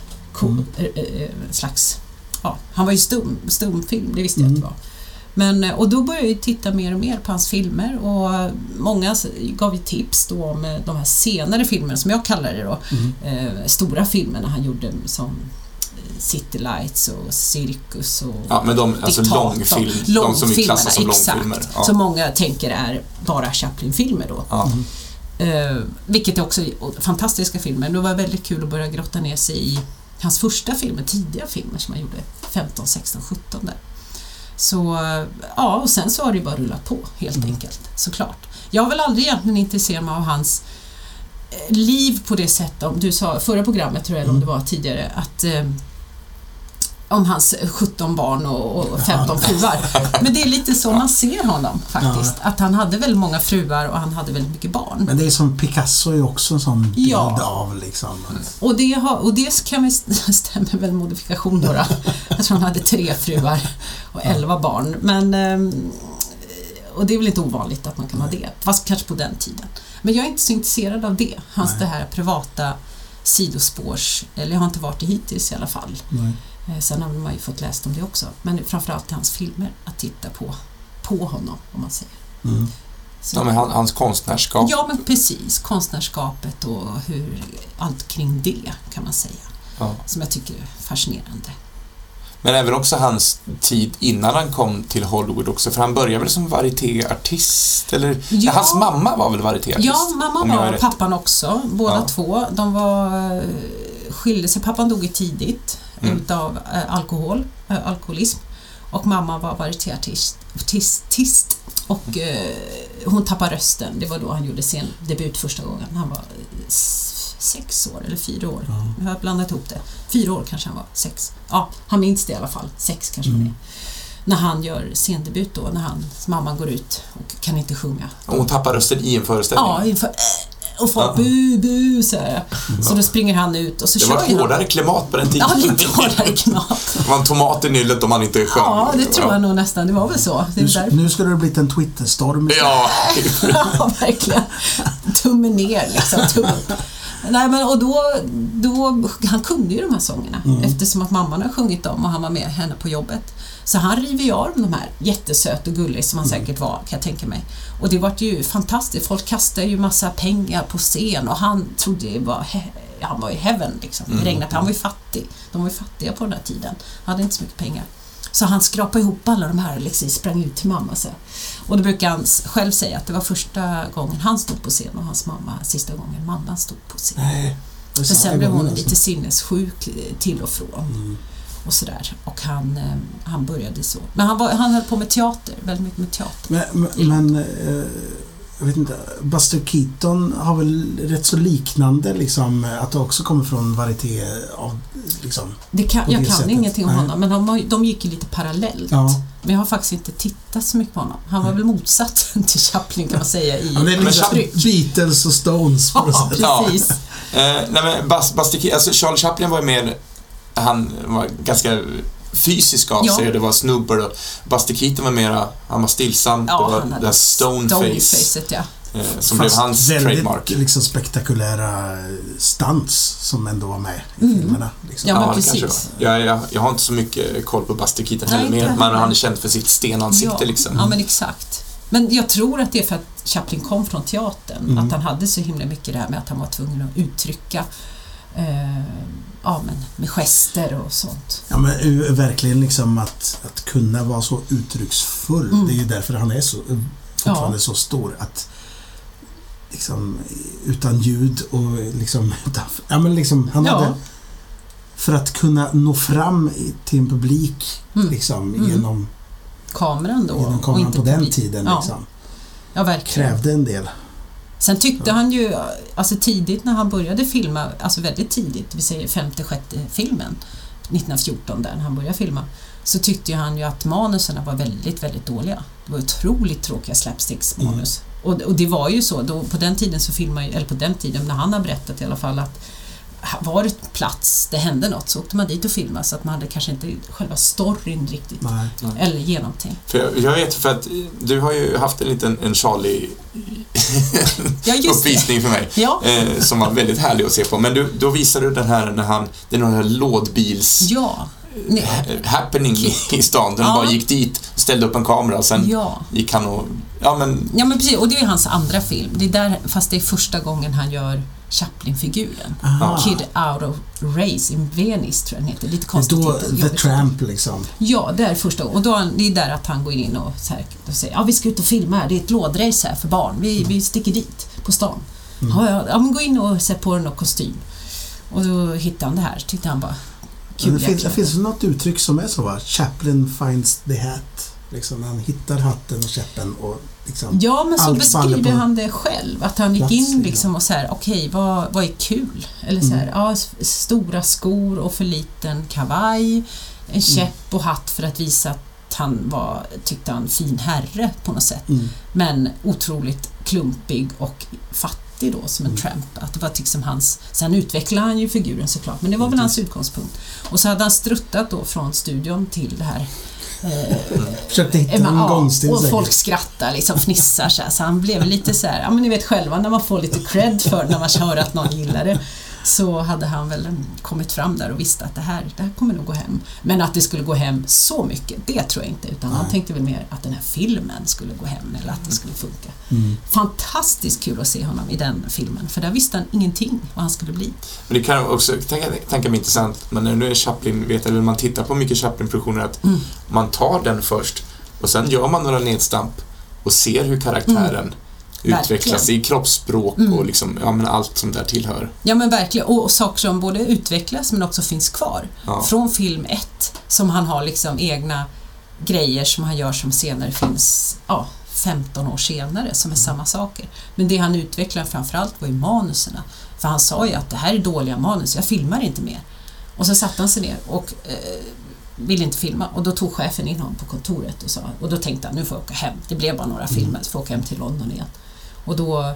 slags, ja, han var ju stumfilm, det visste jag att det var. Men, och då började jag titta mer och mer på hans filmer och många gav ju tips då om de här senare filmerna som jag kallar det då, stora filmerna han gjorde som City Lights och Cirkus och ja, men de, alltså långfilm, de som är klassade som långfilmer. Ja. Som många tänker är bara Chaplin-filmer då. Ja. Vilket är också fantastiska filmer. Det var väldigt kul att börja grotta ner sig i hans första filmer, tidiga filmer som han gjorde 15, 16, 17 där. Så ja, och sen så har det ju bara rullat på helt enkelt, såklart. Jag har väl aldrig egentligen intresserat mig av hans liv på det sättet, om du sa förra programmet tror jag om det var tidigare, att om hans 17 barn och 15 fruar. Men det är lite så man ser honom faktiskt. Att han hade väldigt många fruar och han hade väldigt mycket barn. Men det är som Picasso är också en sån bild av liksom. Och det kan vi stämma väl modifikation då. Jag tror han hade 3 fruar och 11 barn. Men och det är väl inte ovanligt att man kan ha det. Fast kanske på den tiden. Men jag är inte så intresserad av det. Hans det här privata sidospårs, eller jag har inte varit det hittills i alla fall. Nej. Sen har man ju fått läst om det också. Men framförallt hans filmer att titta på honom, om man säger. Ja, men hans konstnärskap. Ja, men precis. Konstnärskapet och hur allt kring det kan man säga. Ja. Som jag tycker är fascinerande. Men även också hans tid innan han kom till Hollywood också. För han började väl som varietéartist? Eller? Ja. Hans mamma var väl varietéartist? Ja, mamma var pappan också. Båda två. De skilde sig. Pappan dog tidigt utav alkoholism. Och mamma var varietéartist. Och hon tappade rösten. Det var då han gjorde sin debut första gången. Han var 6 år eller 4 år. Jag har blandat ihop det. 4 år kanske han var, 6. Ja, han minns det i alla fall. 6 kanske var det. När han gör scendebut då, när hans mamma går ut och kan inte sjunga. Och hon tappar rösten i en föreställning? Ja, och folk bu så här. Så då springer han ut och så kör han. Det var hårdare klimat på den tiden. Ja, lite hårdare klimat. Det var en tomat i nyllet om man inte sjöng. Ja, det tror jag nog nästan. Det var väl så. Nu skulle det blivit en Twitterstorm. Ja. Ja, verkligen. Tummen ner liksom, tummen. Nej, men och då han kunde ju de här sångerna eftersom att mamman har sjungit dem och han var med henne på jobbet. Så han river ju av de här jättesöt och gullig som han säkert var, kan jag tänka mig. Och det var ju fantastiskt. Folk kastade ju massa pengar på scen och han trodde han var i heaven liksom. Det regnade, han var ju fattig. De var ju fattiga på den här tiden. Han hade inte så mycket pengar. Så han skrapade ihop alla de här liksom, sprang ut till mamma så. Och då brukar han själv säga att det var första gången han stod på scen och hans mamma sista gången mamman stod på scen. Nej, för sen blev hon lite sinnessjuk till och från. Och sådär. Och han började så. Men han höll på med teater, väldigt mycket med teater. Men jag vet inte, Buster Keaton har väl rätt så liknande liksom, att det också kommer från varieté av liksom, jag kan ingenting om honom, men de gick ju lite parallellt. Ja. Men jag har faktiskt inte tittat så mycket på honom. Han var väl motsatsen till Chaplin kan man säga i Beatles och Stones. Ja, precis. Nej, men Buster Keaton, alltså Charlie Chaplin var ju mer, han var ganska fysisk av sig, det var snubbar och Buster Keaton var mera, han var stillsam, det var det där Stoneface som blev hans trademark. Liksom spektakulära stunts som ändå var med i filmerna. Liksom. Ja, men precis. Jag har inte så mycket koll på Buster Keaton heller, men han är känd för sitt stenansikte liksom. Ja, men exakt. Men jag tror att det är för att Chaplin kom från teatern, att han hade så himla mycket det här med att han var tvungen att uttrycka men med gester och sånt. Ja, men verkligen liksom att kunna vara så uttrycksfull. Det är ju därför han är så fortfarande så stor, att liksom utan ljud och liksom han hade, för att kunna nå fram till en publik liksom genom kameran då, genom kameran och inte på den tiden liksom. Ja, verkligen. Krävde en del. Sen tyckte han ju, alltså tidigt när han började filma, alltså väldigt tidigt, vi säger 5:e, 6:e filmen 1914 där när han började filma, så tyckte han ju att manuserna var väldigt, väldigt dåliga. Det var otroligt tråkiga slapsticks-manus. Och det var ju så, då, på den tiden så filmade, eller på den tiden när han har berättat i alla fall, att var det plats, det hände något, så åkte man dit och filmade, så att man hade kanske inte själva storyn riktigt. Nej. Eller genomtänkt. För jag vet, för att du har ju haft en Charlie uppvisning för mig som var väldigt härlig att se på, men då visade du den här när det är någon här lådbils happening i stan, den bara gick dit, ställde upp en kamera och sen gick han och men precis, och det är hans andra film, det är där, fast det är första gången han gör Chaplin-figuren. Kid Out of Race in Venice tror jag den heter. Lite konstigt. Då The Tramp liksom. Ja, det är första gången. Och då, det är där att han går in och så här, och säger, vi ska ut och filma här. Det är ett lådrace här för barn. Vi sticker dit på stan. Men gå in och sätt på en kostym. Och då hittar han det här. Tyckte han bara kul. Det finns något uttryck som är så, va? Chaplin finds the hat. Liksom, han hittar hatten och käppen och liksom, ja, men så beskriver han det själv, att han gick in liksom och så här, okej, vad är kul? Eller så här, stora skor och för liten kavaj, en käpp och hatt för att visa att han tyckte han fin herre på något sätt. Men otroligt klumpig och fattig då som en tramp. Att det var liksom hans, sen utvecklade han ju figuren såklart, men det var väl hans utgångspunkt. Och så hade han struttat då från studion till det här försökte hitta en gångstil, och folk skrattar liksom, fnissar så han blev lite så här, men ni vet själva när man får lite cred för när man hör att någon gillar det, så hade han väl kommit fram där och visste att det här kommer nog gå hem, men att det skulle gå hem så mycket, det tror jag inte, utan han tänkte väl mer att den här filmen skulle gå hem eller att det skulle funka. Fantastiskt kul att se honom i den filmen, för där visste han ingenting vad han skulle bli. Men det kan också tänka mig intressant, men när nu är Chaplin, eller man tittar på mycket Chaplin-produktioner, att man tar den först och sen gör man några nedstamp och ser hur karaktären utvecklas i kroppsspråk och liksom, men allt som där tillhör. Ja, men verkligen, och saker som både utvecklas men också finns kvar. Från film 1 som han har liksom egna grejer som han gör som senare finns 15 år senare som är samma saker. Men det han utvecklade framförallt var ju manuserna. För han sa ju att det här är dåliga manus, jag filmar inte mer. Och så satte han sig ner och ville inte filma, och då tog chefen in honom på kontoret och sa, och då tänkte han, nu får jag åka hem, det blev bara några filmer, så får jag åka hem till London igen. Och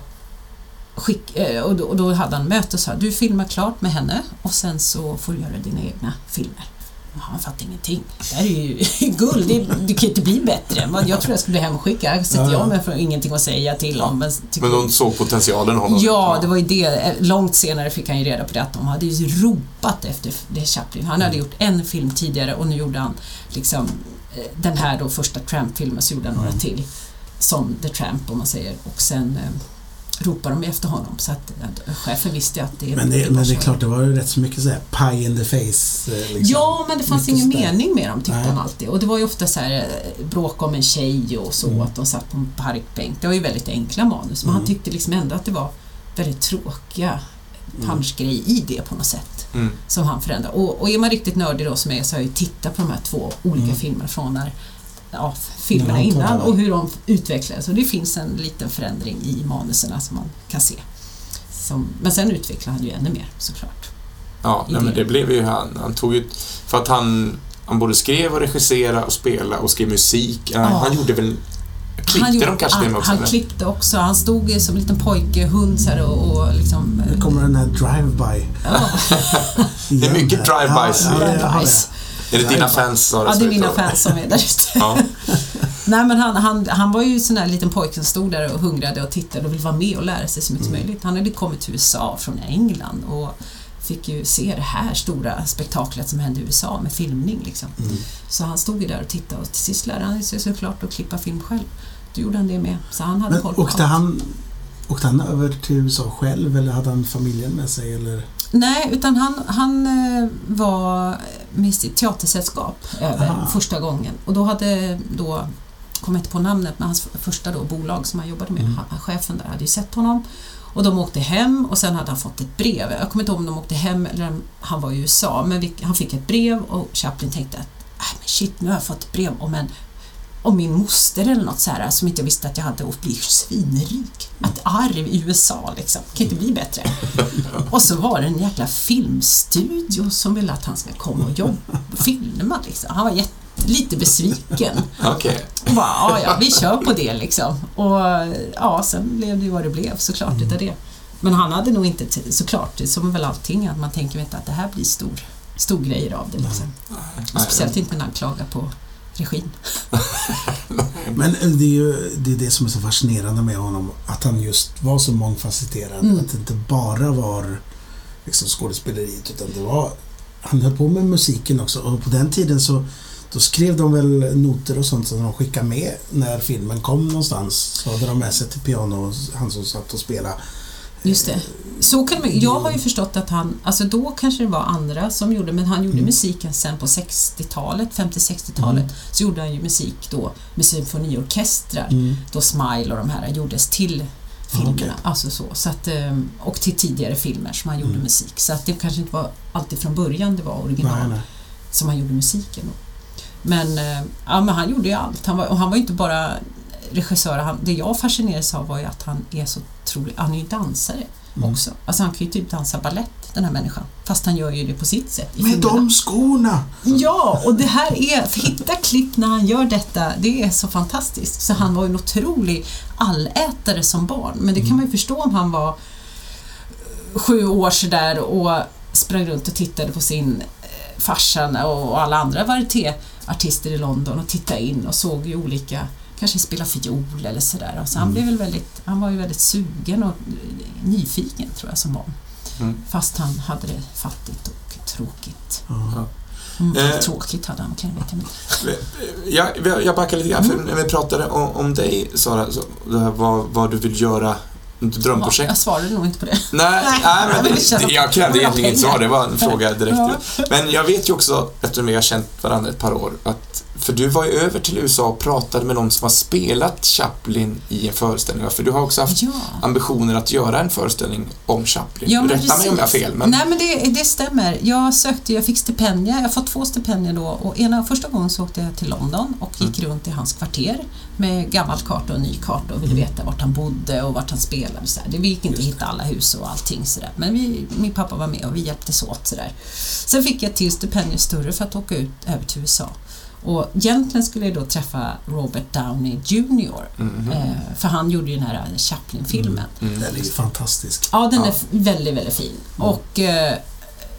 då hade han möte och sa, du filmar klart med henne och sen så får du göra dina egna filmer. Han fattar ingenting. Det här är ju guld, det kan inte bli bättre. Jag tror jag skulle bli hemskickad. Så jag med för ingenting att säga till om. Men de såg potentialen honom. Ja, det var ju det. Långt senare fick han ju reda på det, att de hade ju ropat efter det Chaplin. Han hade gjort en film tidigare och nu gjorde han liksom den här då första Tramp-filmen, så gjorde han några till som The Tramp om man säger. Och sen ropar de efter honom, så att chefen visste att det men det är klart, det var ju rätt så mycket så här pie in the face liksom. Ja, men det fanns ingen mening med dem, tyckte han alltid. Och det var ju ofta så här bråk om en tjej och så, att de satt på en parkbänk. Det var ju väldigt enkla manus, men han tyckte liksom ändå att det var väldigt tråkiga punchgrej i det på något sätt som han förändrade. Och är man riktigt nördig då som är, så har jag ju tittat på de här 2 olika filmer från när filmerna innan och hur de utvecklades. Och det finns en liten förändring i manuserna som man kan se. Men sen utvecklade han ju ännu mer, såklart. Ja, men det blev ju han tog ju, för att han både skrev och regisserade och spelade och skrev musik. Han gjorde väl han klippte också. Han stod ju som en liten pojke, hund så här, och liksom... Det kommer den här drive-by. Det är mycket drive-bys. Är det dina fans? Ja, det är mina fans som är där ute. Nej, men han var ju sån här liten pojke som stod där och hungrade och tittade och ville vara med och lära sig så mycket som möjligt. Han hade kommit till USA från England och fick ju se det här stora spektaklet som hände i USA med filmning liksom. Så han stod ju där och tittade och till sist lärde han sig såklart att klippa film själv. Då gjorde han det med. Så han hade koll på åkte han över till USA själv eller hade han familjen med sig eller? Nej, utan han var med sitt teatersällskap över första gången. Och då kom jag inte på namnet, men hans första bolag som han jobbade med, chefen där hade ju sett honom. Och de åkte hem och sen hade han fått ett brev. Jag kommer inte ihåg om de åkte hem eller om han var i USA. Men han fick ett brev och Chaplin tänkte att men shit, nu har jag fått ett brev om min moster eller något så här som inte jag visste att jag hade och bli svinrik. Ett arv i USA liksom. Kan inte bli bättre. Och så var det en jäkla filmstudio som ville att han ska komma och jobba och filma liksom. Han var lite besviken. Okay. Och bara, vi kör på det liksom. Och sen blev det ju vad det blev såklart utav det. Men han hade nog inte såklart, det är som väl allting att man tänker att det här blir stor grejer av det liksom. Och speciellt inte när han klagar på regin. Men det är det som är så fascinerande med honom, att han just var så mångfacetterad, att det inte bara var liksom skådespeleriet, utan det var, han höll på med musiken också, och på den tiden då skrev de väl noter och sånt som de skickade med när filmen kom någonstans, så hade de med sig till piano och han som satt och spelade. Just det. Så kan jag har ju förstått att han, alltså då kanske det var andra som gjorde, men han gjorde musiken sen på 60-talet, 50-60-talet, så gjorde han ju musik då med symfoniorkestrar, då Smile och de här gjordes till filmerna, alltså så att, och till tidigare filmer som han gjorde musik, så att det kanske inte var alltid från början det var original som han gjorde musiken då. Men han gjorde ju allt, han var ju inte bara regissör, det jag fascinerades av var ju att han är så otrolig, han är ju dansare också. Alltså han kan ju typ dansa ballett, den här människan. Fast han gör ju det på sitt sätt. Med de skorna! Ja, och det här är, hitta klipp när han gör detta, det är så fantastiskt. Så han var ju en otrolig allätare som barn. Men det kan man ju förstå om han var 7 år så där och sprang runt och tittade på sin farsan och alla andra varietéartister i London och tittade in och såg ju olika, kanske spela fiol eller sådär. Så han var ju väldigt sugen och nyfiken tror jag som barn. Fast han hade det fattigt och tråkigt. Tråkigt hade han, kan jag veta. Jag backar lite grann, för när vi pratade om dig, Sara, så vad du vill göra, drömprojekt. Jag svarade nog inte på det. Nej, men jag krävde egentligen inget svar, det var en fråga direkt. Men jag vet ju också, eftersom vi har känt varandra ett par år, att för du var ju över till USA och pratade med någon som har spelat Chaplin i en föreställning. För du har också haft ambitioner att göra en föreställning om Chaplin. Rätta mig om jag har fel. Men... Nej, men det stämmer. Jag fick stipendier. Jag har fått 2 stipendier då. Och första gången så åkte jag till London och gick runt i hans kvarter med gammalt karta och ny karta och ville veta vart han bodde och vart han spelade. Så det gick inte att hitta alla hus och allting. Så men min pappa var med och vi hjälptes åt. Så Sen fick jag till stipendier större för att åka över till USA. Och egentligen skulle jag då träffa Robert Downey Jr. För han gjorde ju den här Chaplin-filmen. Den är ju fantastisk. Ja, den är väldigt, väldigt fin. Och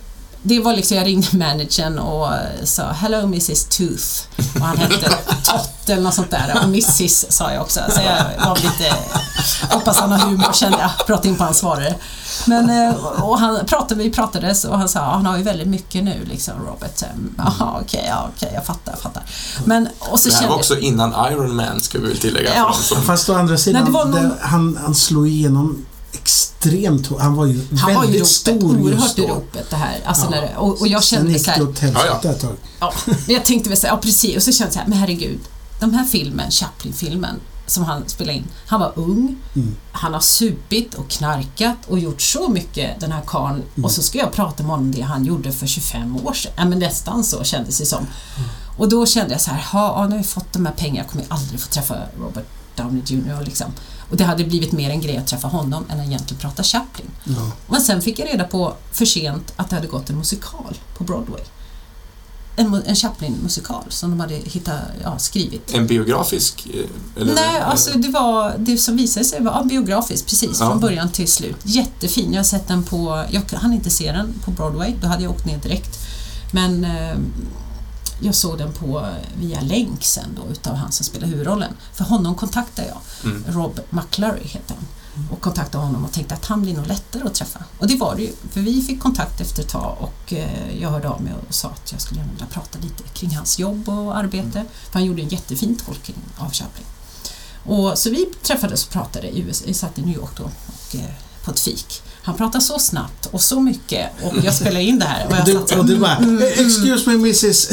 det var liksom, jag ringde managern och sa hello Mrs. Tooth, och han hette Tott eller något sånt där, och Mrs. sa jag också, så jag var lite, hoppas han har humor, kände jag, pratade in på hans svarare. Men, och vi pratades och han sa, han har ju väldigt mycket nu liksom, Robert. Jaha, okej, jag fattar. Men, och så det här var också innan Iron Man, ska vi väl tillägga. Ja. Fast å andra sidan, han slog igenom extremt. Han var ju väldigt stor, oerhört i ropet det här. Alltså och jag kände så här, men jag tänkte väl så här, precis, och så kände jag så här, men herregud, de här filmen, Chaplin-filmen som han spelade in, han var ung, han har supit och knarkat och gjort så mycket, den här karln, och så ska jag prata med honom det han gjorde för 25 år sedan. Men nästan så kändes det som. Och då kände jag så här, nu har jag fått de här pengarna, jag kommer aldrig få träffa Robert Downey Jr. liksom. Och det hade blivit mer en grej att träffa honom än att egentligen prata Chaplin. Ja. Men sen fick jag reda på för sent att det hade gått en musikal på Broadway. En Chaplin-musikal som de hade skrivit. En biografisk? Eller nej, alltså det som visade sig var biografisk, precis, från början till slut. Jättefin, jag har sett den jag hann inte se den på Broadway, då hade jag åkt ner direkt. Men jag såg den via länk sen då, utav han som spelar huvudrollen. För honom kontaktade jag. Rob McClurry heter han. Och kontaktade honom och tänkte att han blir nog lättare att träffa. Och det var det ju, för vi fick kontakt efter ett tag, och jag hörde av mig och sa att jag skulle gärna prata lite kring hans jobb och arbete. För han gjorde en jättefin tolkning av Chaplin. Och så vi träffades och pratade i USA, vi satt i New York då, och på ett fik. Han pratade så snabbt och så mycket, och jag spelade in det här. Och jag satt du bara, excuse me Mrs.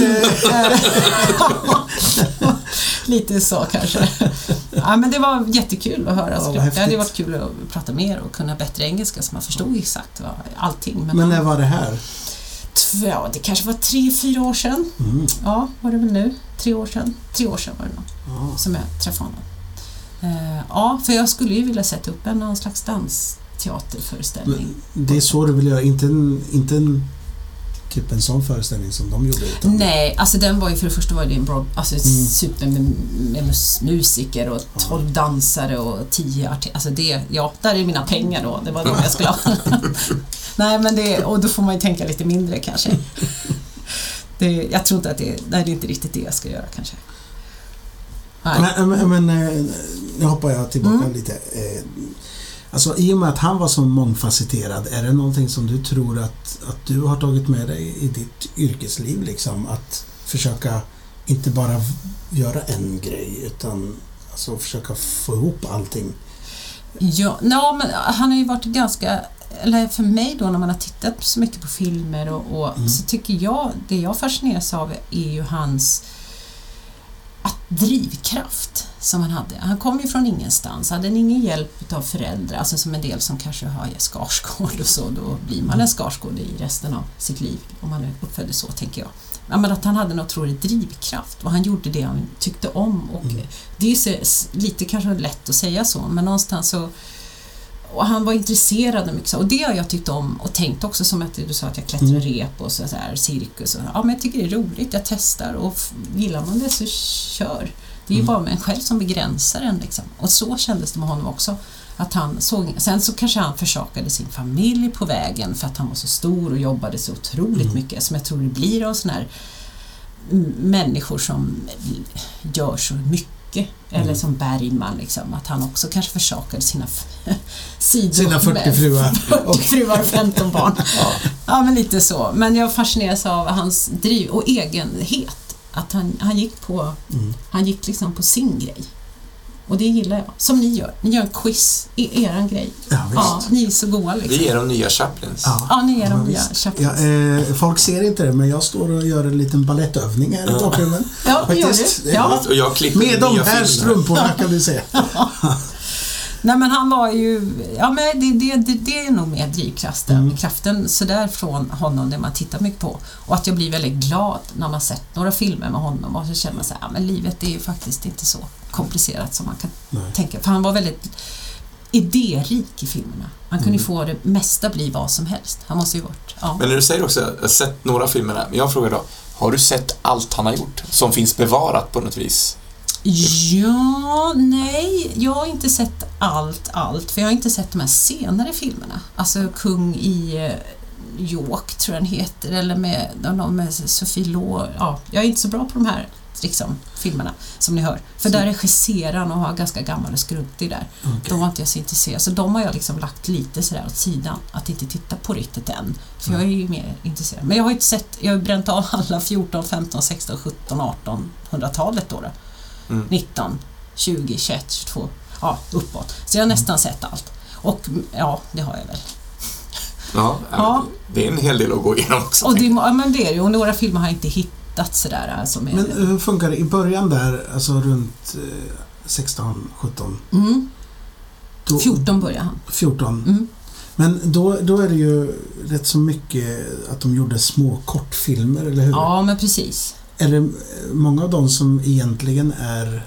Lite så kanske. Ja, men det var jättekul att höra. Det hade varit kul att prata mer och kunna bättre engelska, så man förstod exakt allting. Men när var det här? Ja, det kanske var 3-4 år sedan. Ja, var det väl nu? 3 år sedan var det nog, som jag träffade honom. Ja, för jag skulle ju vilja sätta upp någon slags dansteaterföreställning. Det är så du vill göra, inte en typ en sån föreställning som de gjorde. Nej, alltså den var ju, för det första var det en super med musiker och 12 dansare och 10 artister. Alltså där är mina pengar då. Det var de jag skulle ha. Nej, men och då får man ju tänka lite mindre kanske. Jag tror inte att det är inte riktigt det jag ska göra kanske. Men nu hoppar jag tillbaka lite. Alltså, i och med att han var så mångfacetterad, är det någonting som du tror att du har tagit med dig i ditt yrkesliv, liksom, att försöka inte bara göra en grej, utan alltså försöka få ihop allting? Ja, men han har ju varit ganska, eller för mig då, när man har tittat så mycket på filmer och så tycker jag, det jag fascineras av är ju hans drivkraft som han hade. Han kom ju från ingenstans, hade ingen hjälp av föräldrar, alltså som en del som kanske har Skarsgård och så, då blir man en Skarsgård i resten av sitt liv om man är uppfödd så, tänker jag. Ja, men att han hade en otrolig drivkraft och han gjorde det han tyckte om, och det är ju lite kanske lätt att säga så, men någonstans så, och han var intresserad av mycket, och det har jag tyckt om och tänkt också, som att du sa att jag klättrar rep och så här, cirkus och, men jag tycker det är roligt, jag testar, och gillar man det så kör. Det är ju bara med en själv som begränsar en liksom. Och så kändes det med honom också, att han såg, sen så kanske han försakade sin familj på vägen för att han var så stor och jobbade så otroligt mycket, som jag tror det blir av såna här människor som gör så mycket. Eller som Bergman liksom, att han också kanske försakade sina 40 fruar. 40 fruar, 15 barn. Ja, men lite så. Men jag fascineras av hans driv och egenhet. Att han gick liksom på sin grej. Och det gillar jag. Som ni gör. Ni gör en quiz i eran grej. Ja, ni är så goa liksom. Vi är de nya Chaplins. Ja, ni är de nya Chaplins. Folk ser inte det, men jag står och gör en liten ballettövning här i bakgrunden. Ja, det gör du. Ja. Och jag klipper med de här strumporna kan du se. Nej, men han var ju, men det är nog mer drivkraften så där från honom, det man tittar mycket på, och att jag blir väldigt glad när man sett några filmer med honom, och så känner man så här, men livet är ju faktiskt inte så komplicerat som man kan tänka, för han var väldigt idérik i filmerna. Han kunde ju få det mesta bli vad som helst. Han måste ju varit. Ja. Men när du säger också, jag har sett några filmer där, men jag frågar då, har du sett allt han har gjort som finns bevarat på något vis? Ja, nej, jag har inte sett allt, för jag har inte sett de här senare filmerna. Alltså Kung i York tror jag den heter, eller med Sophie Law. Ja, jag är inte så bra på de här liksom, filmerna som ni hör. För där regisserar han och har ganska gammal och skruttig där. Okay. De var inte jag så intresserad. Så de har jag liksom lagt lite sådär åt sidan. Att inte titta på riktigt än. För jag är ju mer intresserad. Men jag har inte sett, jag har bränt av alla 14, 15, 16, 17, 18, 100-talet då. 19, 20, 21, 22. Ja, uppåt. Så jag har nästan sett allt. Och ja, det har jag väl. Ja. Det är en hel del att gå igenom också. Och men det är ju, och några filmer har jag inte hittat sådär. Alltså med, men hur funkar det i början där, alltså runt 16, 17? 14 börjar han. 14. Men då är det ju rätt så mycket att de gjorde små kortfilmer, eller hur? Ja, men precis. Är det många av dem som egentligen är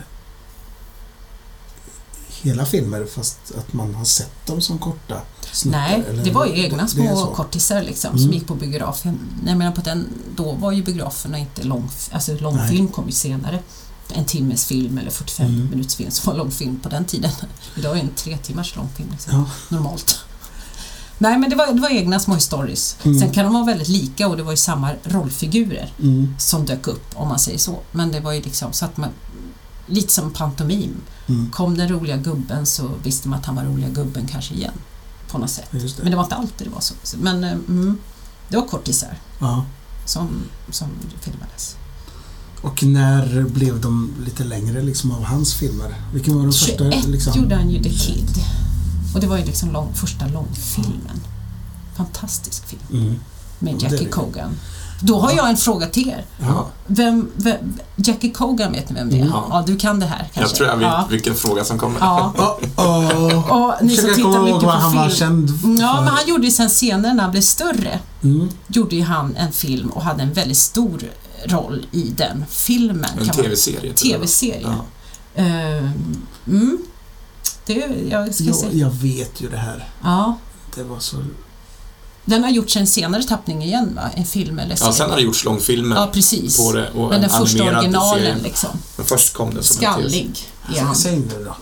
hela filmer fast att man har sett dem som korta snittar? Nej, eller det var ju egna små kortisar liksom, som gick på biografen. Jag menar på då var ju biograferna inte långfilm kom ju senare. En timmes film eller 45 minuters film som var långfilm på den tiden. Idag är en 3 timmars långfilm liksom, normalt. Nej, men det var egna små stories. Sen kan de vara väldigt lika och det var ju samma rollfigurer som dök upp, om man säger så. Men det var ju liksom så att man, lite som pantomim. Kom den roliga gubben så visste man att han var roliga gubben kanske igen på något sätt. Men det var inte alltid det var så. Men det var kortisar som filmades. Och när blev de lite längre liksom av hans filmer? Vilken var den första? 21 liksom? Gjorde han ju The Kid. Och det var ju liksom första långfilmen. Fantastisk film. Med Jackie Cogan. Då har jag en fråga till er. Ja. Vem Jackie Cogan, vet ni vem det är? Ja, du kan det här kanske. Jag tror jag vet vilken fråga som kommer. Ja. Och ni som tittar mycket på han var känd för. Ja, men han gjorde ju sen senare när han blev större. Gjorde ju han en film och hade en väldigt stor roll i den filmen. En tv-serie. Tv-serie. Jag vet ju det här. Ja. Det var så. Den har gjorts en senare tappning igen, va? En film eller serie. Ja, sen har det gjorts långfilmer precis. på det. Och men den första originalen serie. liksom. Men först kom den som skallig. Vad säger du då?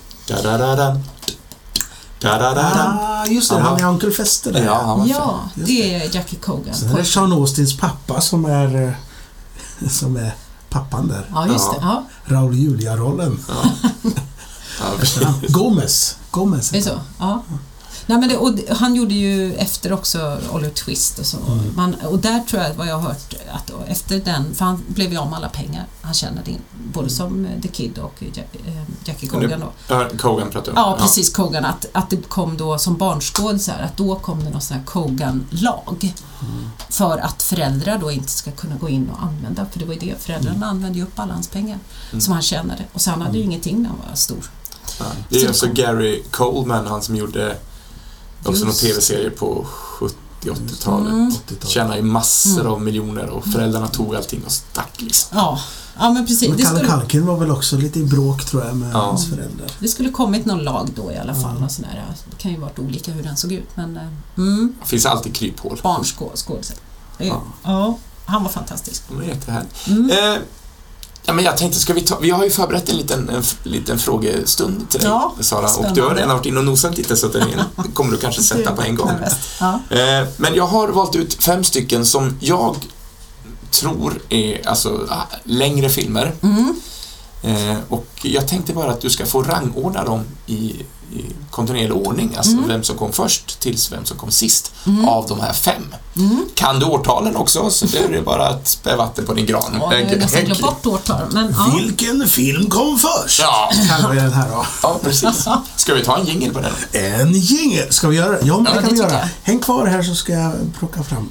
Just det, han är Onkel Fester där. Ja, det är Jackie Cogan. Sen är det Sean Austins pappa som är pappan där. Ja, just det. Ja. Raul Julia-rollen. Gomez. Det är så? Ja. Nej, men och han gjorde ju efter också Oliver Twist och så. Och där tror jag vad jag har hört att efter den, för han blev ju om alla pengar han tjänade in, både som The Kid och Jackie Cogan då. Cogan pratar om. Ja, precis, Cogan. Att det kom då som barnskådisar, att då kom det någon sån här Cogan-lag för att föräldrar då inte ska kunna gå in och använda, för det var ju det, föräldrarna använde ju upp alla hans pengar som han tjänade. Och så han hade ju ingenting när han var stor. Ja, det är alltså Gary Coleman, han som gjorde också någon tv-serie på 70-80-talet. Tjänade ju massor av miljoner och föräldrarna tog allting och stack liksom. Ja, men precis. Men Kalle Kalkin var väl också lite i bråk, tror jag, med hans föräldrar. Det skulle kommit någon lag då i alla fall. Och sådär. Det kan ju varit olika hur den såg ut. Men, det finns alltid kryphål. Barnskådespelare. Ja, han var fantastisk. Det är jättehärligt. Ja, men jag tänkte, vi har ju förberett en liten frågestund till dig, Sara. Spännande. Och du har redan varit in och nosat lite, så att den kommer du kanske sätta på en gång. Men jag har valt ut 5 stycken som jag tror är längre filmer. Och jag tänkte bara att du ska få rangordna dem i kontinuerlig ordning, alltså vem som kom först tills vem som kom sist av de här 5. Kan du årtalen också, så det är bara att spä vatten på din gran. Ja, jag har nästan glömt bort årtal, men vilken film kom först? Ja, kallar vi den här då. Ja, precis. Ska vi ta en jingle på den? En jingle, ska vi göra? Ja, men det kan vi göra. Häng kvar här så ska jag plocka fram.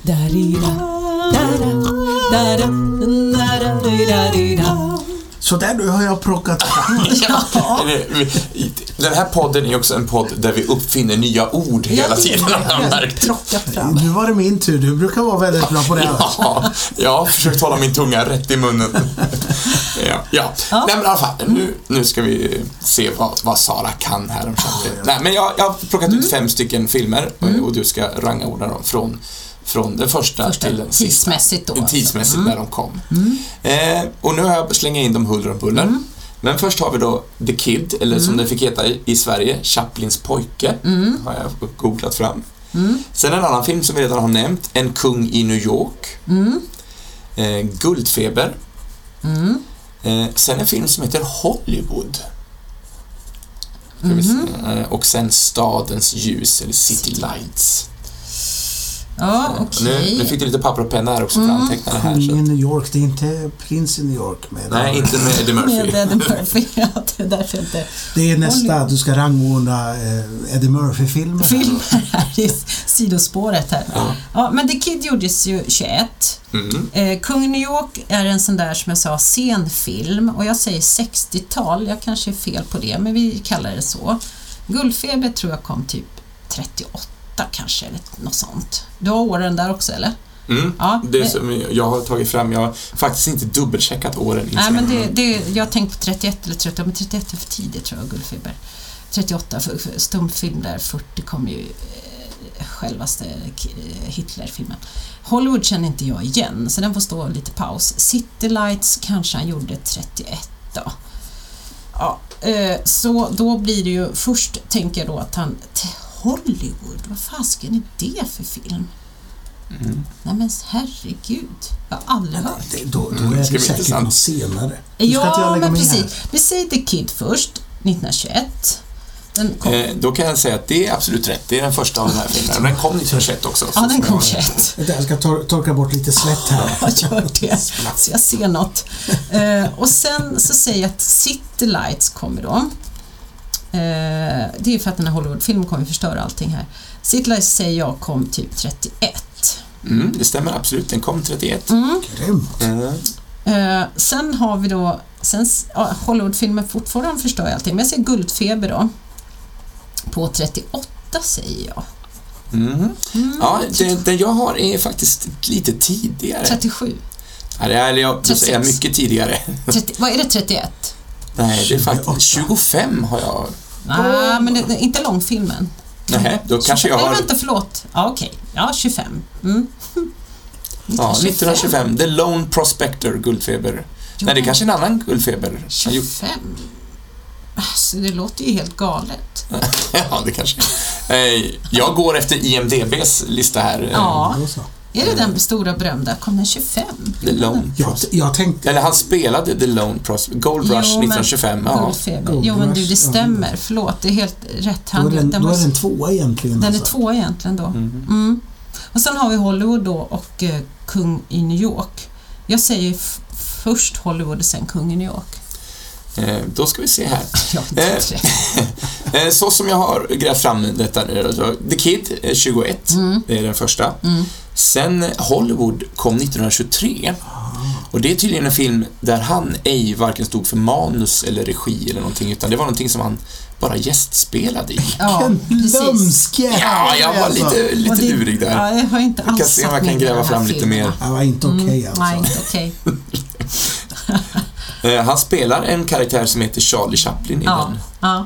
Så där nu har jag plockat fram. Den här podden är också en podd där vi uppfinner nya ord hela tiden. Nu var det min tur. Du brukar vara väldigt bra på det. Jag har försökt hålla min tunga rätt i munnen. Nej, men i alla fall, nu ska vi se vad Sara kan här. Nej, men jag har plockat ut 5 stycken filmer och du ska rangordna dem från den första till den sista. Tidsmässigt då. Tidsmässigt när de kom. Och nu har jag slängt in dem huller om buller. Men först har vi då The Kid, eller som det fick heta i Sverige, Chaplins pojke. Har jag googlat fram. Sen en annan film som vi redan har nämnt, En kung i New York. Guldfeber. Sen en film som heter Hollywood. Och sen Stadens ljus, eller City Lights. Ja, okej. Nu fick du lite papper och penna här också för antecknarna här. Kung i New York, det är inte Prins i New York med. Nej, inte med Eddie Murphy. Med Eddie Murphy, ja, det är därför inte. Det är nästa, du ska rangordna Eddie Murphy-filmer. Filmer här i sidospåret här. Ja, men The Kid gjordes ju 21. Kung i New York är en sån där, som jag sa, scenfilm. Och jag säger 60-tal, jag kanske är fel på det, men vi kallar det så. Guldfeber tror jag kom typ 38 kanske, eller något sånt. Du har åren där också, eller? Ja, det som jag har tagit fram, jag har faktiskt inte dubbelcheckat åren. Nej, men jag tänkte på 31 eller 38, men 31 är för tidigt tror jag, Guldfeber. 38, för stumfilm där, 40 kom ju självaste Hitler-filmen. Hollywood känner inte jag igen, så den får stå lite paus. City Lights kanske han gjorde 31 då. Ja, så då blir det ju, först tänker jag då att han Hollywood, vad fasken är det för film? Nej men herregud, jag har aldrig hört. Då är det säkert något senare. Ja, men precis. Vi säger The Kid först, 1921. Den då kan jag säga att det är absolut rätt. Det är den första av de här filmerna. Den kom 1921 också. Ja, den kom 21. Jag ska torka bort lite svett här. Jag gör det, så jag ser något. Och sen så säger jag att City Lights kommer då. Det är för att den här Hollywood-filmen kommer förstöra allting här. City Lights säger jag kom typ 31. Det stämmer absolut, den kom 31. Sen har vi då Hollywood-filmen fortfarande förstör allting, men jag säger Guldfeber då. På 38 säger jag. Ja, den jag har är faktiskt lite tidigare. 37. Jag säger mycket tidigare. Vad är det, 31? Nej, det är faktiskt 25 har jag. Nej, men det är inte långfilmen. Nej, då kanske jag har... Nej, vänta, förlåt. Ja, okej. Ja, 25. Ja, 1925. The Lone Prospector, Guldfeber. Nej, det är kanske en annan Guldfeber. 25? Alltså, det låter ju helt galet. Ja, det kanske. Jag går efter IMDb's lista här. Ja. Är det den stora berömda? Kom den 25? The Lone jag tänkte... Eller han spelade The Lone Prospector. Gold Rush 1925. Guldfeber. Jo, men du, det stämmer. Förlåt, det är helt rätt. Då är den tvåa egentligen. Den är tvåa egentligen då. Och sen har vi Hollywood då och Kung i New York. Jag säger först Hollywood och sen Kung i New York. Då ska vi se här. Så som jag har grävt fram detta nu. The Kid 21. Det är den första. Sen Hollywood kom 1923. Och det är tydligen en film där han varken stod för manus eller regi eller någonting, utan det var någonting som han bara gästspelade i. Ja, precis. Ja, jag var lite lurig där. Ja, jag har inte alls kan se om jag kan gräva fram lite mer. Det var inte okej alltså. Nej, inte okej. Han spelar en karaktär som heter Charlie Chaplin i den.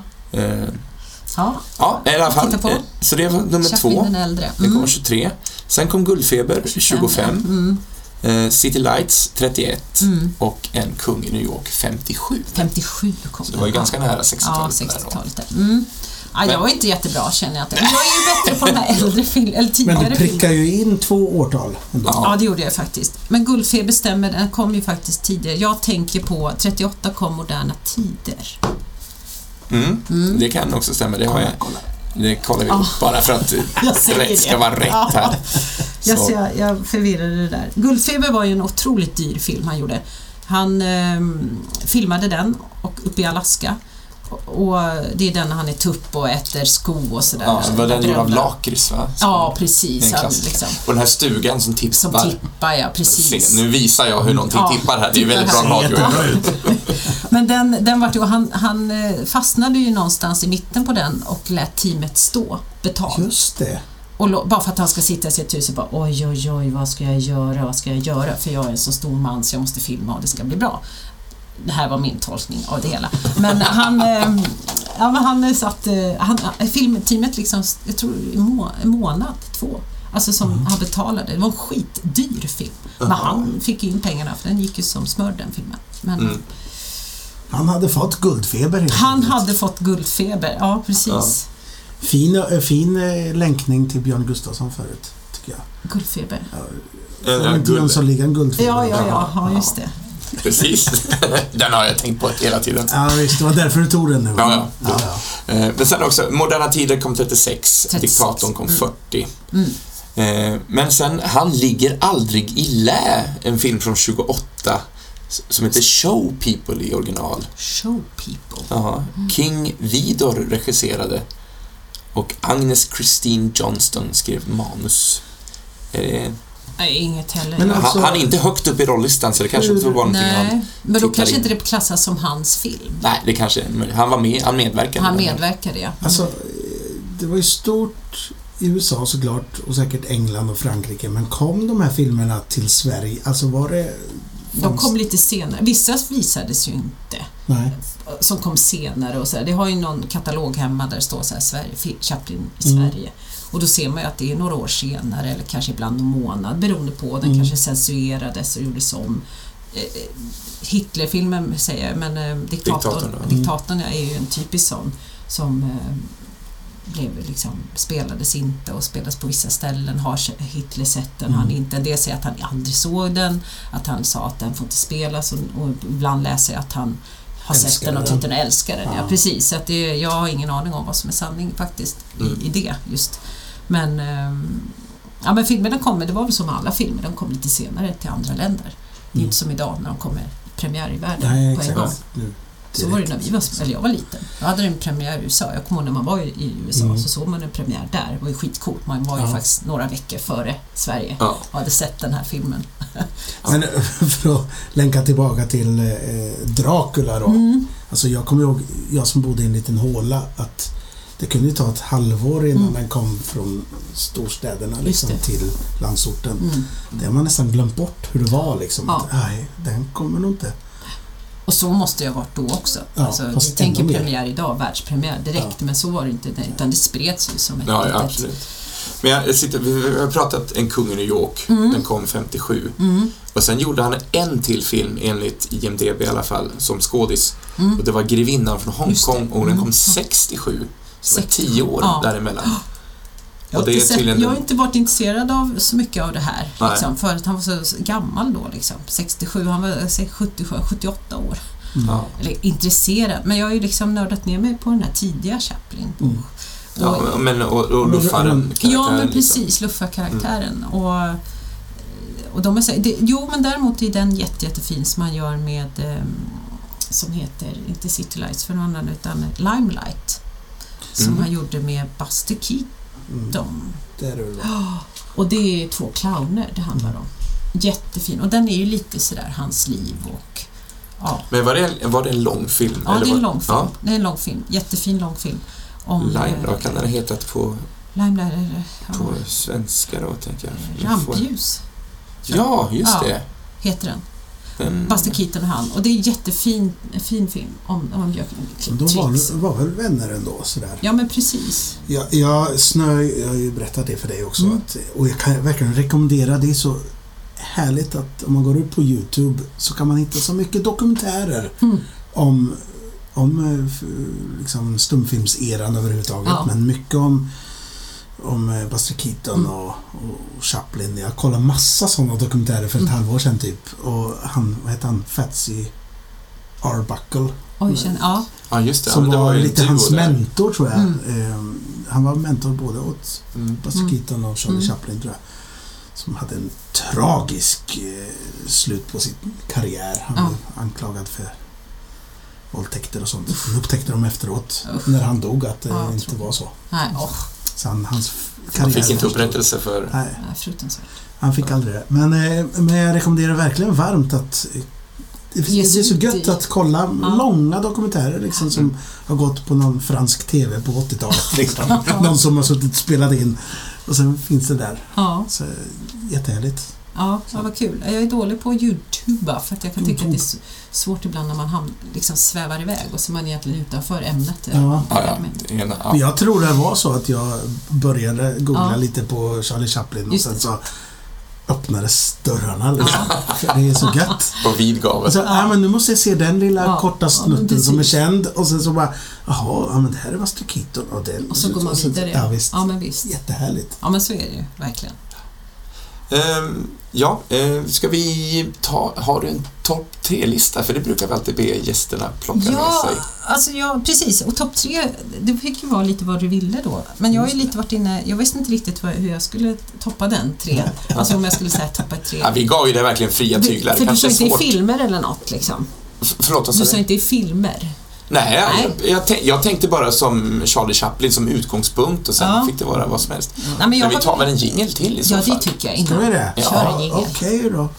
Ja, i alla fall. Så det var nummer Chaplin 2. Den äldre. Den kom 23. Sen kom Guldfeber 25. City Lights 31 och En kung i New York 57. 57 kom. Så det var ju ganska nära 60-talet. Ja, 60-talet. Jag var inte jättebra, känner jag inte. Jag är ju bättre på de här äldre eller tidigare filmer. Men du prickar ju in 2 årtal. Ja, det gjorde jag faktiskt. Men Guldfeber stämmer, den kom ju faktiskt tidigare. Jag tänker på 38 kom Moderna tider. Det kan också stämma, det har jag. Det kollar vi upp bara för att rätt ska vara rätt här. Jag förvirrade det där. Guldfeber var ju en otroligt dyr film han gjorde. Han filmade den uppe i Alaska. Och det är den han är tupp och äter sko och sådär. Ja, det var den gjord av lakrits, va? Ja, precis. Liksom. Och den här stugan som tippar. Som tippar, ja, precis. Nu visar jag hur någonting tippar här. Det är väldigt bra radio. Men den var ju, han fastnade ju någonstans i mitten på den och lät teamet stå betalt. Just det. Och bara för att han ska sitta i sitt hus och bara oj, vad ska jag göra? För jag är en så stor man så jag måste filma och det ska bli bra. Det här var min tolkning av det hela. Men han satt... filmteamet liksom, jag tror en månad, 2. Alltså som han betalade. Det var en skitdyr film. Men han fick in pengarna för den gick ju som smör, den filmen. Men han hade fått Guldfeber. Han hade fått Guldfeber, ja precis. Fin länkning till Björn Gustafsson förut, tycker jag. Guldfeber. Jönssonligan Guldfeber. Ja, just det. Precis. Den har jag tänkt på hela tiden. Ja, visst. Det var därför du tog den nu. Ja. Men sen också, Moderna tider kom 36. Diktatorn kom 40. Men sen, Han ligger aldrig i lä, en film från 28 som heter Show People i original. Show People? Ja. King Vidor regisserade och Agnes Christine Johnston skrev manus. Nej, inget heller. Men alltså, han är inte högt upp i rollistan, så det kanske inte var någonting han... Men då kanske inte det klassas som hans film. Nej, det kanske... Han var med, han medverkade. Han medverkade, ja. Alltså, det var ju stort i USA såklart, och säkert England och Frankrike, men kom de här filmerna till Sverige? Alltså var det... De kom lite senare. Vissa visades ju inte. Nej. Som kom senare och så här. Det har ju någon katalog hemma där det står så här Chaplin i Sverige. Och då ser man ju att det är några år senare, eller kanske ibland en månad, beroende på. Den kanske censurerades och gjordes om. Hitlerfilmen säger jag, men Diktatorn är ju en typisk sån som blev liksom, spelades inte och spelades på vissa ställen. Har Hitler sett den? Han inte. Det säger att han aldrig såg den, att han sa att den får inte spelas, och ibland läser jag att han har sett den och tyckte den älskar den. Ja, precis. Så att jag har ingen aning om vad som är sanning faktiskt i det just. Men men filmerna kommer, det var väl som alla filmer, de kom lite senare till andra länder. Det är inte som idag när de kommer premiär i världen på en gång. Så var det när jag var liten. Jag hade en premiär i USA. Jag kommer ihåg när man var i USA så såg man en premiär där. Det var ju skitcoolt. Man var ju faktiskt några veckor före Sverige och hade sett den här filmen. Men för att länka tillbaka till Dracula då. Alltså jag kommer ihåg, jag som bodde i en liten håla, att det kunde ju ta ett halvår innan den kom från storstäderna liksom, till landsorten. Det har man nästan glömt bort hur det var liksom. Att, nej, den kommer nog inte. Och så måste jag ha varit då också. Alltså, vi tänker premiär idag, världspremiär direkt, men så var det inte, utan det spreds ju som ett... Ja, absolut. Men vi har pratat En kung i New York, den kom 57. Och sen gjorde han en till film, enligt IMDb i alla fall, som skådis. Och det var Grevinnan från Hongkong, och den kom 67. Så 10 år däremellan. Jag har inte varit intresserad av så mycket av det här liksom, för att han var så gammal då liksom. 67, han var 78 år. Eller intresserad, men jag har ju liksom nördat ner mig på den här tidiga Chaplin. Och Luffa-karaktären. Ja, men precis, Luffa-karaktären. Och de är så, men däremot är den jättefin som man gör med som heter, inte City Lights för någon annan, utan Limelight. Som han gjorde med Buster Keaton. Det är det. Och det är 2 clowner det handlar om. Jättefin. Och den är ju lite sådär hans liv och Men var det en lång film? Ja, det är en lång film. Ja. Det är en lång film. Jättefin lång film. Vad kan den ha hetat på svenska då, tänker jag? Rampljus. Ja, just det. Heter den. Buster Keaton och han. Och det är en jättefin film om de var väl vänner ändå sådär. Ja, men precis. Jag har ju berättat det för dig också. Och jag kan verkligen rekommendera, det är så härligt att om man går upp på YouTube så kan man hitta så mycket dokumentärer om liksom stumfilmseran överhuvudtaget. Men mycket om Buster Keaton och Chaplin. Jag kollade massa sådana dokumentärer för ett halvår sedan typ. Och vad heter han? Fats Arbuckle. Ja, just det. Som det var lite hans mentor, tror jag. Han var mentor både åt Buster Keaton och Charlie Chaplin, tror jag. Som hade en tragisk slut på sin karriär. Han blev anklagad för våldtäkter och sånt. Han upptäckte dem efteråt när han dog att det inte var så. Nej, så hans han fick inte upprättelse för... Nej, fruktansvärt. Han fick aldrig det. Men jag rekommenderar verkligen varmt att det är så gött att kolla långa dokumentärer liksom, som har gått på någon fransk tv på 80-talet. Liksom. Någon som har suttit och spelat in. Och sen finns det där. Så jättehärligt. Ja, vad kul. Jag är dålig på YouTube för att jag kan tycka att det är svårt ibland när man liksom svävar iväg och så är man egentligen utanför ämnet. Jag tror det var så att jag började googla lite på Charlie Chaplin och sen så öppnades dörrarna liksom. För det är så gött. På vid gavel. Så, men nu måste jag se den lilla korta snutten som är känd och sen så bara, jaha, men det här är Buster Keaton och så går man vidare. Ja, visst. Ja, men visst. Jättehärligt. Ja, men så är det ju, verkligen. Ska vi har du en topp 3-lista? För det brukar vi alltid be gästerna plocka med sig. Alltså precis. Och topp 3, det fick ju vara lite vad du ville då. Men jag har ju lite varit inne, jag visste inte riktigt hur jag skulle toppa den 3. Alltså om jag skulle säga toppa 3. Ja, vi gav ju det verkligen fria tyglar. För du sa inte i filmer eller något liksom? Förlåt, du sa inte i filmer? Nej. Jag tänkte bara som Charlie Chaplin som utgångspunkt och sen fick det vara vad som helst. Nej, men vi tar väl en jingle till i så fall? Ja, det tycker jag. Ska vi det? Kör en jingle. Okej då.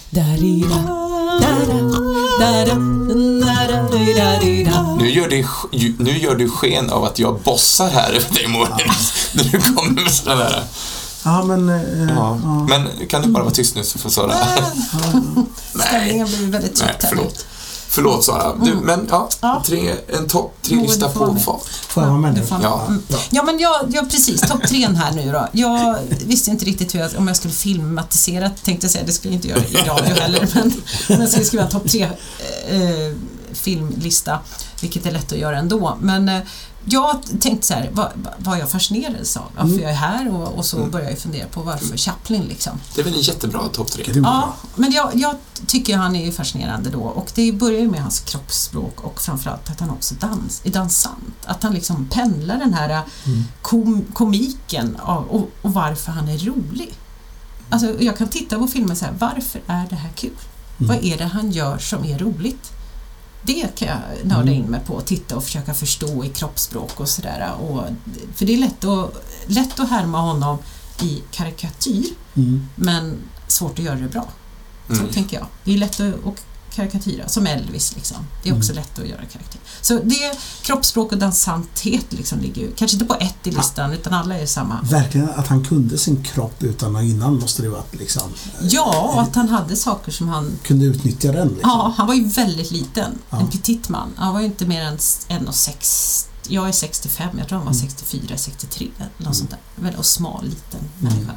Nu gör du sken av att jag bossar här efter dig, när du kommer med sådana där. Ja, men... Men kan du bara vara tyst nu så får Sara... Stämningen blir väldigt tryckt här. Förlåt Sara. Men en topp 3-lista på vad? Får jag vara med? Ja, men jag precis. Topp 3 här nu då. Jag visste inte riktigt om jag skulle filmatisera. Tänkte säga, det skulle jag inte göra i radio heller. Men jag skulle skriva en topp 3 filmlista. Vilket är lätt att göra ändå. Men jag tänkte så här, vad jag fascinerades av. Varför jag är här och så började jag fundera på varför Chaplin liksom. Det är väl en jättebra topp 3. Ja, men jag tycker han är fascinerande då. Och det börjar ju med hans kroppsspråk och framförallt att han också är dansant. Att han liksom pendlar den här komiken och varför han är rolig. Alltså jag kan titta på filmen och säga, varför är det här kul? Vad är det han gör som är roligt? Det kan jag nörda in mig på och titta och försöka förstå i kroppsspråk och sådär. För det är lätt att härma honom i karikatyr, men svårt att göra det bra. Så tänker jag. Det är lätt att karikatyra, som Elvis liksom. Det är också lätt att göra karaktär. Så det kroppsspråk och dansanthet liksom ligger ju, kanske inte på ett i listan, utan alla är samma. Verkligen att han kunde sin kropp utan och innan måste det vara liksom. Ja, och att han hade saker som han kunde utnyttja den liksom. Ja, han var ju väldigt liten. En petit man. Han var ju inte mer än 1,6. Jag är 65, jag tror han var 64, 63 något sånt där. Väldigt smal, liten människa.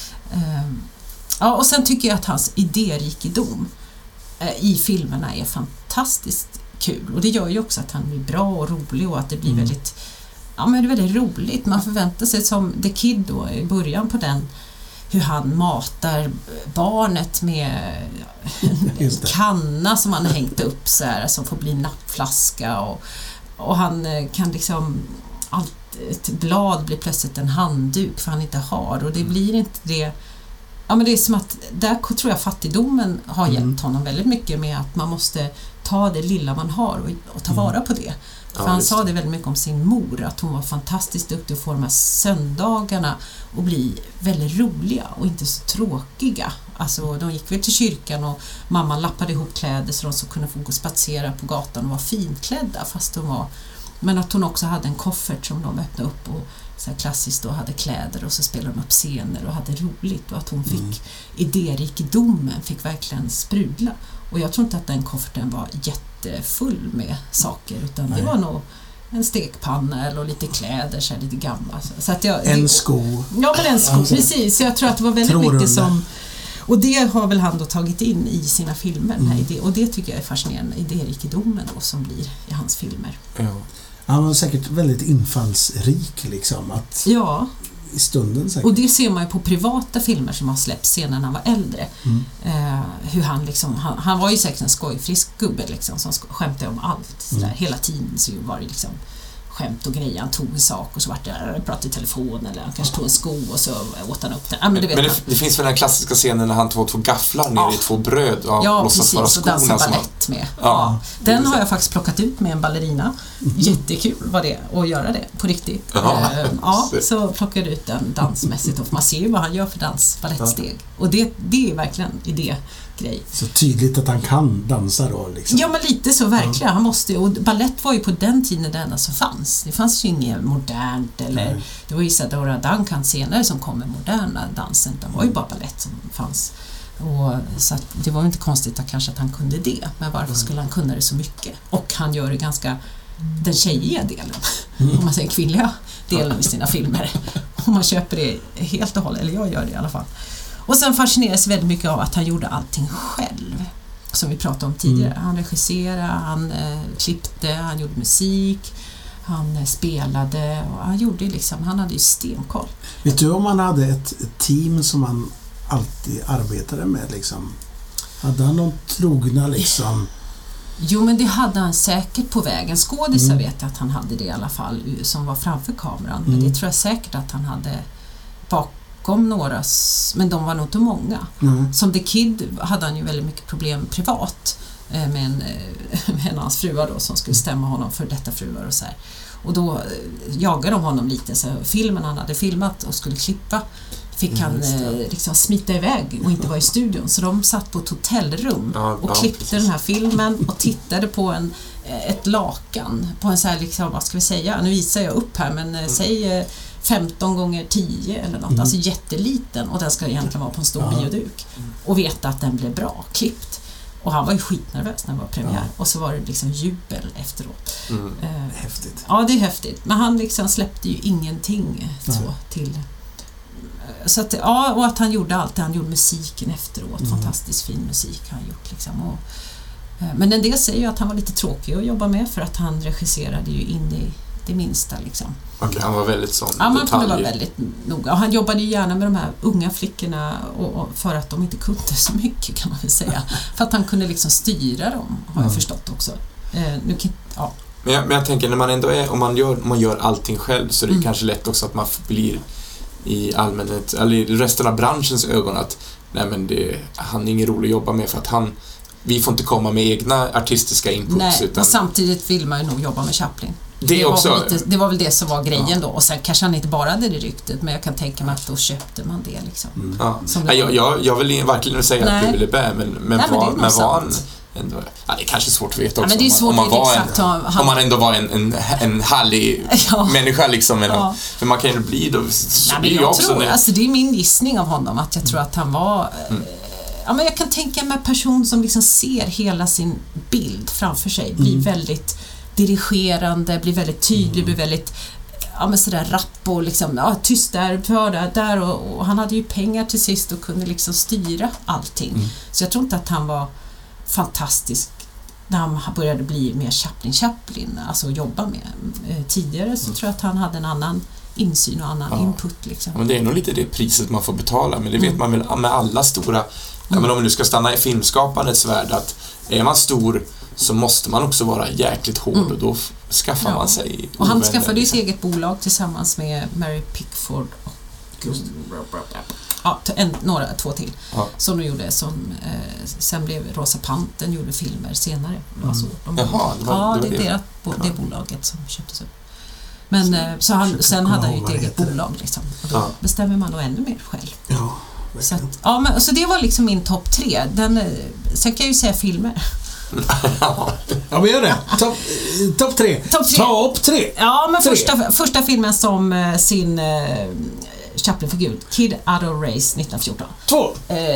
Och sen tycker jag att hans idérikedom i filmerna är fantastiskt kul. Och det gör ju också att han blir bra och rolig och att det blir väldigt, men det är väldigt roligt. Man förväntar sig som The Kid då i början på den, hur han matar barnet med en kanna som han har hängt upp så här, som får bli nappflaska och han kan liksom ett blad blir plötsligt en handduk för han inte har, och det blir inte det. Ja, men det är som att där tror jag fattigdomen har hjälpt honom väldigt mycket med att man måste ta det lilla man har och ta vara på det. För han sa det väldigt mycket om sin mor, att hon var fantastiskt duktig att få de här söndagarna och bli väldigt roliga och inte så tråkiga. Alltså de gick väl till kyrkan och mamman lappade ihop kläder så de så kunde få gå och spatsera på gatan och vara finklädda fast de var. Men att hon också hade en koffert som de öppnade upp och så här klassiskt då hade kläder och så spelade de upp scener och hade roligt, och att hon fick idérikedomen fick verkligen sprudla. Och jag tror inte att den kofferten var jättefull med saker, utan det var nog en stekpanna eller lite kläder, så här lite gamla. Så att en sko. Ja, men en sko, precis. Så jag tror att det var väldigt mycket som. Och det har väl han då tagit in i sina filmer, den här idé, och det tycker jag är fascinerande, idérikedomen då som blir i hans filmer. Ja. Han var säkert väldigt infallsrik liksom, att i stunden säkert. Och det ser man ju på privata filmer som har släppts sen när han var äldre. Hur han liksom, han var ju säkert en skojfrisk gubbe liksom, som skämtade om allt sådär. Hela tiden så var det liksom skämt och grejer. Han tog en sak och så vart det pratade i telefon, eller han kanske tog en sko och så åt han upp den. Men det finns väl den klassiska scenen när han tog 2 gafflar ner i 2 bröd och låtsas vara skorna och dansar ballett med. Den har jag faktiskt plockat ut med en ballerina. Jättekul var det att göra det på riktigt. Så plockade jag ut den dansmässigt, och man ser ju vad han gör för balettsteg. Och det är verkligen idégrej. Så tydligt att han kan dansa då liksom. Ja, men lite så verkligen. Han måste, och ballett var ju på den tiden det enda som fanns. Det fanns ju inget modernt eller det var ju Isadora Duncan senare som kom med moderna dansen. Det var ju bara ballett som fanns. Och så att det var ju inte konstigt att kanske att han kunde det. Men varför skulle han kunna det så mycket? Och han gör det ganska den tjejiga delen, om man säger kvinnliga delen i sina filmer. Om man köper det helt och hållet, eller jag gör det i alla fall. Och sen fascinerades väldigt mycket av att han gjorde allting själv. Som vi pratade om tidigare. Han regisserade, han klippte, han gjorde musik, han spelade och han gjorde liksom, han hade ju stenkoll. Vet du om han hade ett team som han alltid arbetade med liksom? Hade han någon trogna liksom? Jo, men det hade han säkert på vägen. Skådisar vet jag att han hade det i alla fall, som var framför kameran. Men det tror jag säkert att han hade bakom några, men de var nog inte många. Som The Kid hade han ju väldigt mycket problem privat med en av hans fruar då, som skulle stämma honom för detta fruar och så här. Och då jagade de honom lite, så filmen han hade filmat och skulle klippa fick han liksom smita iväg och inte vara i studion. Så de satt på ett hotellrum och klippte den här filmen och tittade på ett lakan på en så här liksom, vad ska vi säga, nu visar jag upp här, men säg 15x10 eller något, alltså jätteliten, och den ska egentligen vara på en stor bioduk och veta att den blev bra klippt. Och han var ju skitnervös när det var premiär. Och så var det liksom jubel efteråt. Häftigt. Ja, det är häftigt. Men han liksom släppte ju ingenting så till. Så att, ja, och att han gjorde allt. Han gjorde musiken efteråt. Fantastiskt fin musik han gjort liksom. Och, men en del säger ju att han var lite tråkig att jobba med, för att han regisserade ju in i det minsta liksom. Okej, han var väldigt sån ja, man kunde vara väldigt noga. Och han jobbade ju gärna med de här unga flickorna och för att de inte kunde så mycket, kan man väl säga. För att han kunde liksom styra dem, har jag förstått också. Men jag tänker, när man ändå om man gör allting själv, så är det kanske lätt också att man blir i allmänhet, eller i resten av branschens ögon, att nej, men han är ingen rolig att jobba med, för att vi får inte komma med egna artistiska inputs. Nej, utan och samtidigt vill man ju nog jobba med Chaplin. Det var väl det som var grejen då. Och sen kanske han inte bara hade det ryktet, men jag kan tänka mig att då köpte man det liksom. Jag vill verkligen säga att du ville bä, men var han ändå, det är kanske svårt att veta också, men det är svårt om man ändå var en härlig människa liksom, för man kan ju bli då. Det är min gissning av honom, att jag tror att han var men jag kan tänka mig en person som liksom ser hela sin bild framför sig, blir väldigt dirigerande, blir väldigt tydlig, blir väldigt sådär rapp och liksom, tyst där, för där och han hade ju pengar till sist och kunde liksom styra allting. Så jag tror inte att han var fantastisk när han började bli mer Chaplin, alltså jobba med. Tidigare så tror jag att han hade en annan insyn och annan input liksom. Men det är nog lite det priset man får betala, men det vet man väl med alla stora, men om vi nu ska stanna i filmskapandets värld, att är man stor så måste man också vara jäkligt hård, och då skaffar man sig och han skaffade ju ett eget bolag tillsammans med Mary Pickford och två till som de gjorde, som sen blev Rosa Pantern, gjorde filmer senare. Alltså, det är det bolaget som köptes upp. Men sen hade han ju ett eget bolag liksom, och då bestämmer man då ännu mer själv. Så det var liksom min topp 3. Sen kan jag ju säga filmer. Ja, vi gör det. Topp 3. Topp 3. Ja, men första filmen som sin Chaplin-figur, Kid Out of Race 1914. 2.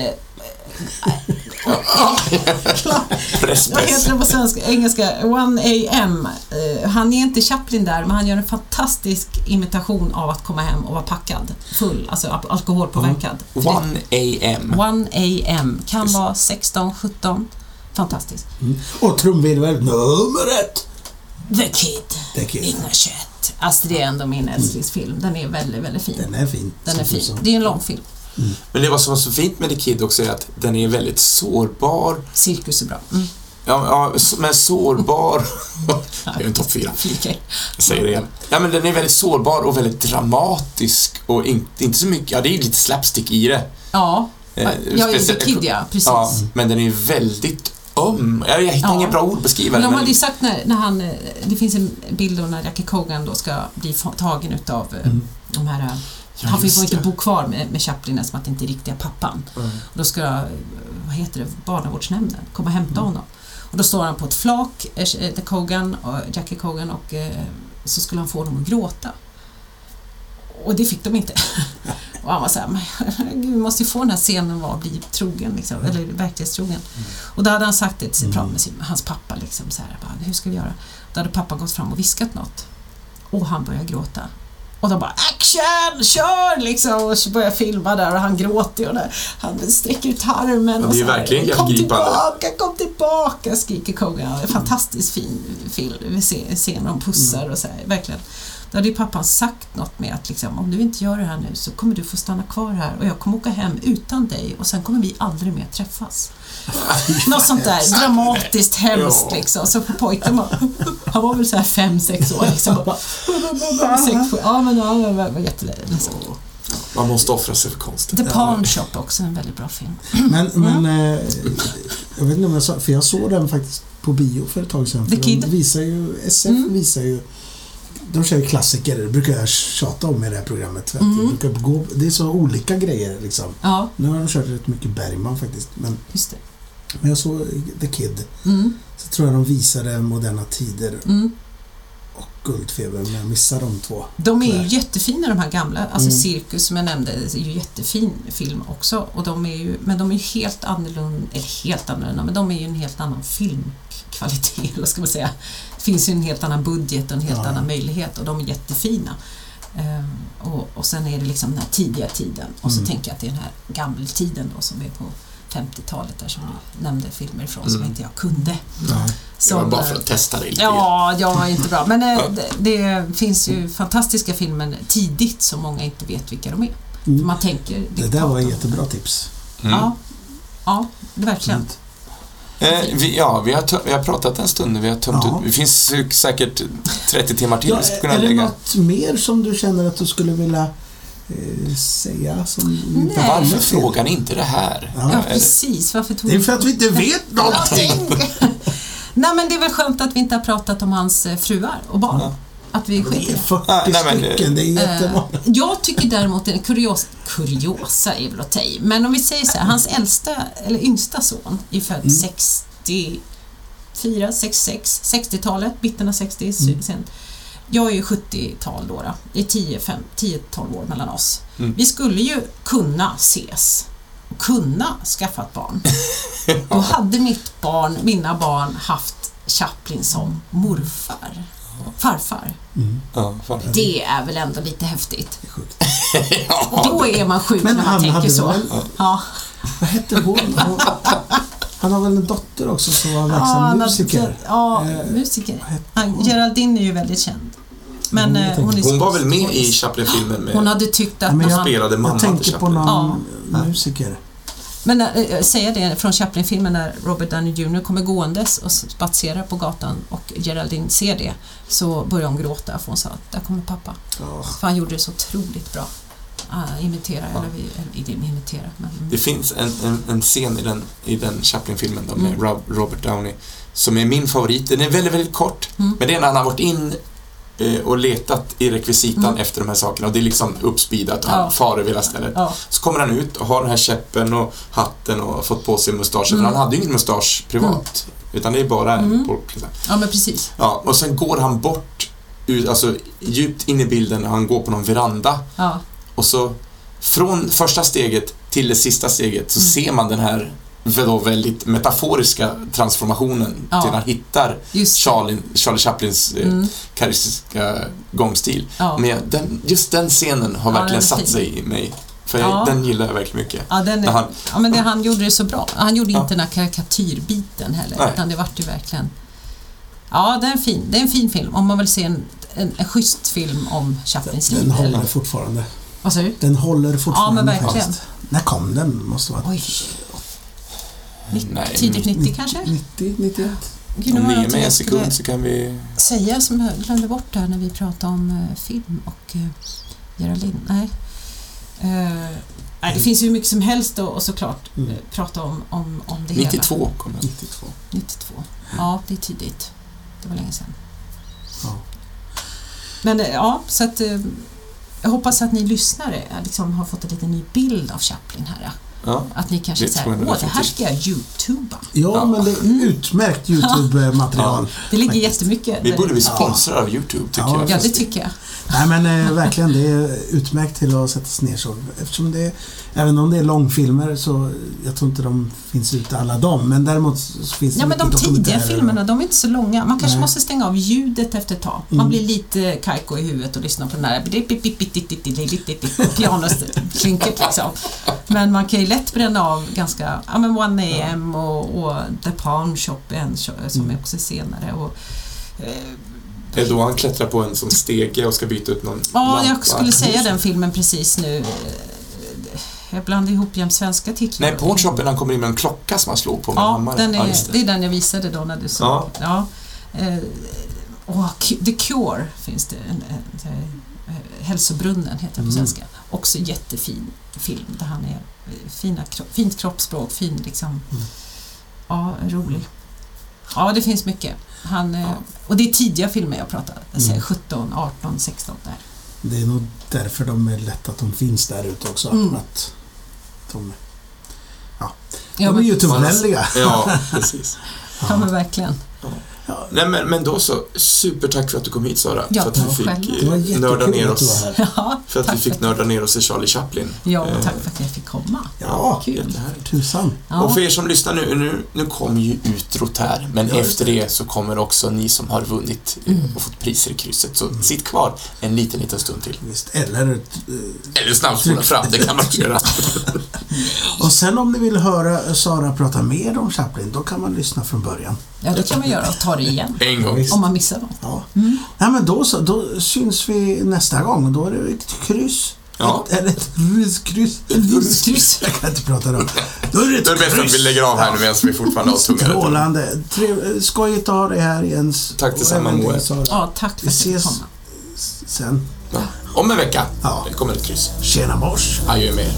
Vad heter det på svenska? Engelska? 1 AM. Han är inte Chaplin där, men han gör en fantastisk imitation av att komma hem och vara packad full, alltså alkoholpåverkad. 1 AM. 1 AM. Kan vara 16, 17. Fantastiskt. Och trumvirvel nummer 1. The Kid 1921. Alltså det är ändå min älsklingsfilm. Den är väldigt, väldigt fin. Den är fin. Det är en lång film. Men det som var så fint med The Kid också är att den är väldigt sårbar. Cirkus är bra. Ja, men sårbar. Det är en topp 4. Jag säger det igen. Ja, men den är väldigt sårbar och väldigt dramatisk och inte så mycket. Det är lite slapstick i det. Ja. The Kid, precis. Ja, men den är väldigt jag hittar ingen bra ord att beskriva. De hade ju sagt när han, det finns en bild då när Jackie Cogan då ska bli tagen utav de här. Han får inte bo kvar med Chaplin, som att det inte är riktiga pappan. Och då ska, barnavårdsnämnden komma och hämta honom. Och då står han på ett flak, Jackie Cogan, och så skulle han få dem att gråta. Och det fick de inte. Och han var så här, vi måste ju få den här scenen att bli trogen liksom, eller verklighetstrogen. Och då hade han sagt det till hans pappa liksom, så här, hur ska vi göra? Då hade pappa gått fram och viskat något. Och han började gråta. Och de bara action, kör liksom, och så börjar filma där och han gråter och där, han sträcker ut armen och det är verkligen gripande. kom tillbaka, skriker kungen. En fantastiskt fin film. Vi ser de pussar och så här, verkligen. Då hade ju pappan sagt något med att liksom, om du inte gör det här nu så kommer du få stanna kvar här och jag kommer åka hem utan dig och sen kommer vi aldrig mer träffas. Något sånt där dramatiskt hemskt liksom. Så på pojken han var väl så här 5-6 år liksom. Ja, men det var jätteledsen. Man måste offra sig för konsten. The Pawn Shop också, en väldigt bra film. Men jag vet inte om jag sa, för jag såg den faktiskt på bio för ett tag sedan. The Kid. De visar ju, SF visar ju, de kör ju klassiker, det brukar jag tjata om i det här programmet. För att det är så olika grejer liksom. Ja. Nu har de kört rätt mycket Bergman faktiskt. Men, just det. Men jag såg The Kid. Så tror jag de visade Moderna tider och Guldfeber, men jag missar de två. De är ju jättefina, de här gamla. Alltså Cirkus som jag nämnde är ju jättefin film också. Och de är ju, men de är ju helt annorlunda, men de är ju en helt annan filmkvalitet, eller ska man säga. Det finns ju en helt annan budget och en helt annan möjlighet och de är jättefina. Och sen är det liksom den här tidiga tiden. Och så tänker jag att det är den här gammeltiden då som är på 50-talet där som du nämnde filmer ifrån som inte jag kunde. Det var bara för att testa det lite. Ja, jag var inte bra. Men det finns ju fantastiska filmer tidigt som många inte vet vilka de är. Man tänker... Det där var ett jättebra tips. Ja, verkligen. Vi har pratat en stund. Vi har tömt ut. Det finns säkert 30 timmar till. Är det något mer som du känner att du skulle vilja säga som varför frågar ni inte det här? Ja, precis. Varför tog det är för att vi inte vet någonting. Nej, men det är väl skönt att vi inte har pratat om hans fruar och barn. Att vi det är 40 stycken, det är jättemånga. Jag tycker däremot en kuriosa är väl att ta i. Men om vi säger så här, hans yngsta son är född 64, 66, 60-talet, mitten av 60 sen. Jag är ju 70-tal då. Det är 10-12 år mellan oss. Vi skulle ju kunna ses och kunna skaffa ett barn. Då hade mina barn haft Chaplin som farfar. Det är väl ändå lite häftigt. Då är man sjuk när man tänker så. Vad hette hon? Han har väl en dotter också som var verksam musiker. Musiker. Geraldine är ju väldigt känd. Men hon var väl med i Chaplin-filmen med. Hon hade tyckt att hon spelade mamma. Jag tänker på någon musiker. Men säger det från Chaplin-filmen när Robert Downey Jr. kommer gåendes och spatserar på gatan och Geraldine ser det, så börjar hon gråta för hon sa att där kommer pappa. För han gjorde det så otroligt bra. Det finns en scen i den Chaplin-filmen med Robert Downey som är min favorit. Den är väldigt, väldigt kort. Men det är när han har varit in och letat i rekvisitan efter de här sakerna och det är liksom uppspeedat och han far över hela stället. Så kommer han ut och har den här käppen och hatten och fått på sig mustaschen. För han hade ju ingen mustasch privat utan det är bara Ja, men precis. Ja, och sen går han bort alltså djupt in i bilden och han går på någon veranda. Och så från första steget till det sista steget så ser man den här väldigt metaforiska transformationen till han hittar Charlie Chaplins karaktäristiska gångstil. Men just den scenen har verkligen satt sig i mig. För den gillar jag verkligen mycket. Men han gjorde det så bra. Han gjorde inte den här karikatyrbiten heller. Utan det var ju verkligen... Ja, det är en fin film. Om man vill se en schysst film om Chaplins liv. Den håller fortfarande. Vad säger du? Den håller fortfarande. Ja, men verkligen. När kom den? Måste vara... Tidigt 90 kanske? 90, 91. Om ni är med en sekund så kan vi... Säga som jag glömde bort där när vi pratade om film och Geraldine. Nej. Det finns ju mycket som helst och såklart prata om det 92 hela. kom den. 92. Ja, det är tidigt. Det var länge sedan. Ja. Men så att jag hoppas att ni lyssnare liksom har fått en liten ny bild av Chaplin här. Att ni kanske säger, det här ska jag YouTuba. Ja, men det är utmärkt YouTube-material. Det ligger jättemycket. Vi borde bli sponsrade av YouTube, tycker jag. Ja, det tycker jag. Nej, men verkligen, det är utmärkt till att sätta sig ner så. Eftersom det, även om det är långfilmer så jag tror inte de finns ute alla dem. Men däremot så finns det men de tidiga filmerna, de är inte så långa. Man kanske måste stänga av ljudet efter ett tag. Man blir lite kajko i huvudet och lyssnar på den här pianoklinket liksom. Men man kan ju lätt bränna av ganska, 1AM och The Pawn Shop som är också senare och det är då han klättrar på en som stege och ska byta ut någon lampa. Jag skulle säga den filmen precis nu. Jag blandar ihop jämt svenska titlar. Nej, Pawn Shop, han kommer in med en klocka som han slår på med hammare. Det är den jag visade då när du såg. The Cure finns det. Hälsobrunnen heter på svenska. Också jättefin film där han är fint kroppsspråk, fin liksom. Rolig. Ja, det finns mycket. Och det är tidiga filmer jag pratar. Jag säger 17, 18, 16 där. Det är nog därför de är lätt att de finns där ute också. Att de är YouTube-vänliga. Ja, precis. Ja, men verkligen. Ja. Nej, men då så, supertack för att du kom hit, Sara. Ja, för att vi fick nörda ner oss. För att vi fick nörda ner oss i Charlie Chaplin. Ja, tack för att jag fick komma. Ja, kul. Tusan. Ja. Och för er som lyssnar nu kommer ju utrot här. Men efter det så kommer också ni som har vunnit och fått priser i krysset. Så sitt kvar en liten stund till. Visst, eller snabbspola fram, det kan man göra. Och sen om ni vill höra Sara prata mer om Chaplin, då kan man lyssna från början. Ja, det kan man göra och ta det igen. En gång. Om man missar något. Ja. Nej, men då syns vi nästa gång. Då är det ett kryss. Ja. Eller ett ryskryss. Jag kan inte prata då. Då är det bäst att vi lägger av här nu medan vi fortfarande har tunga. Strålande. Skojigt att ha det här, Jens. Tack tillsammans, Moe. Ja, tack för att du kom. Sen. Ja. Om en vecka. Det kommer ett kryss. Tjena mors. Adjö med er.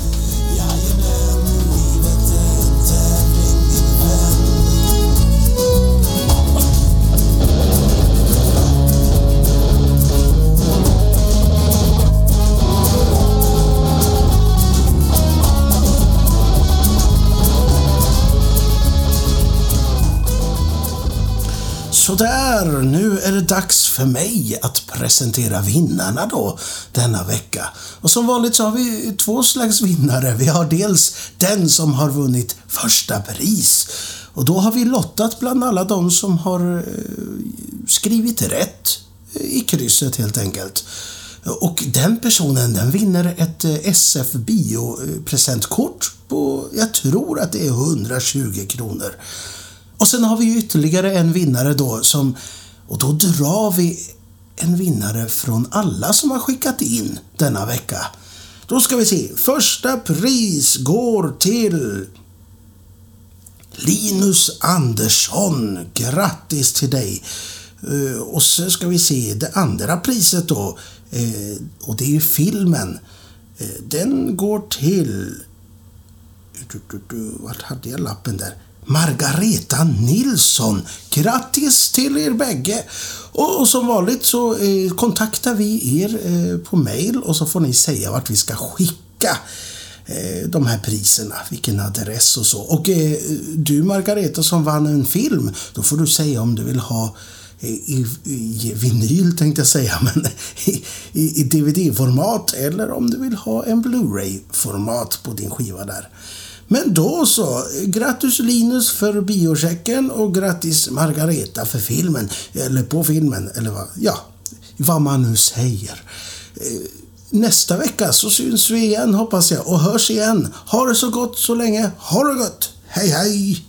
Sådär, nu är det dags för mig att presentera vinnarna då denna vecka. Och som vanligt så har vi två slags vinnare. Vi har dels den som har vunnit första pris. Och då har vi lottat bland alla de som har skrivit rätt i krysset helt enkelt. Och den personen, den vinner ett SF Bio-presentkort på, jag tror att det är 120 kronor. Och sen har vi ytterligare en vinnare då och då drar vi en vinnare från alla som har skickat in denna vecka. Då ska vi se. Första pris går till Linus Andersson. Grattis till dig. Och så ska vi se det andra priset då. Och det är ju filmen. Den går till... Vart hade jag lappen där? Margareta Nilsson. Grattis till er bägge. Och som vanligt så kontaktar vi er på mail och så får ni säga vart vi ska skicka de här priserna, vilken adress och så. Och du Margareta som vann en film, då får du säga om du vill ha i vinyl tänkte jag säga, men i DVD-format eller om du vill ha en Blu-ray-format på din skiva där. Men då så, grattis Linus för biochecken och grattis Margareta för filmen, eller på filmen, eller vad man nu säger. Nästa vecka så syns vi igen hoppas jag och hörs igen. Ha det så gott så länge, ha det gott, hej hej!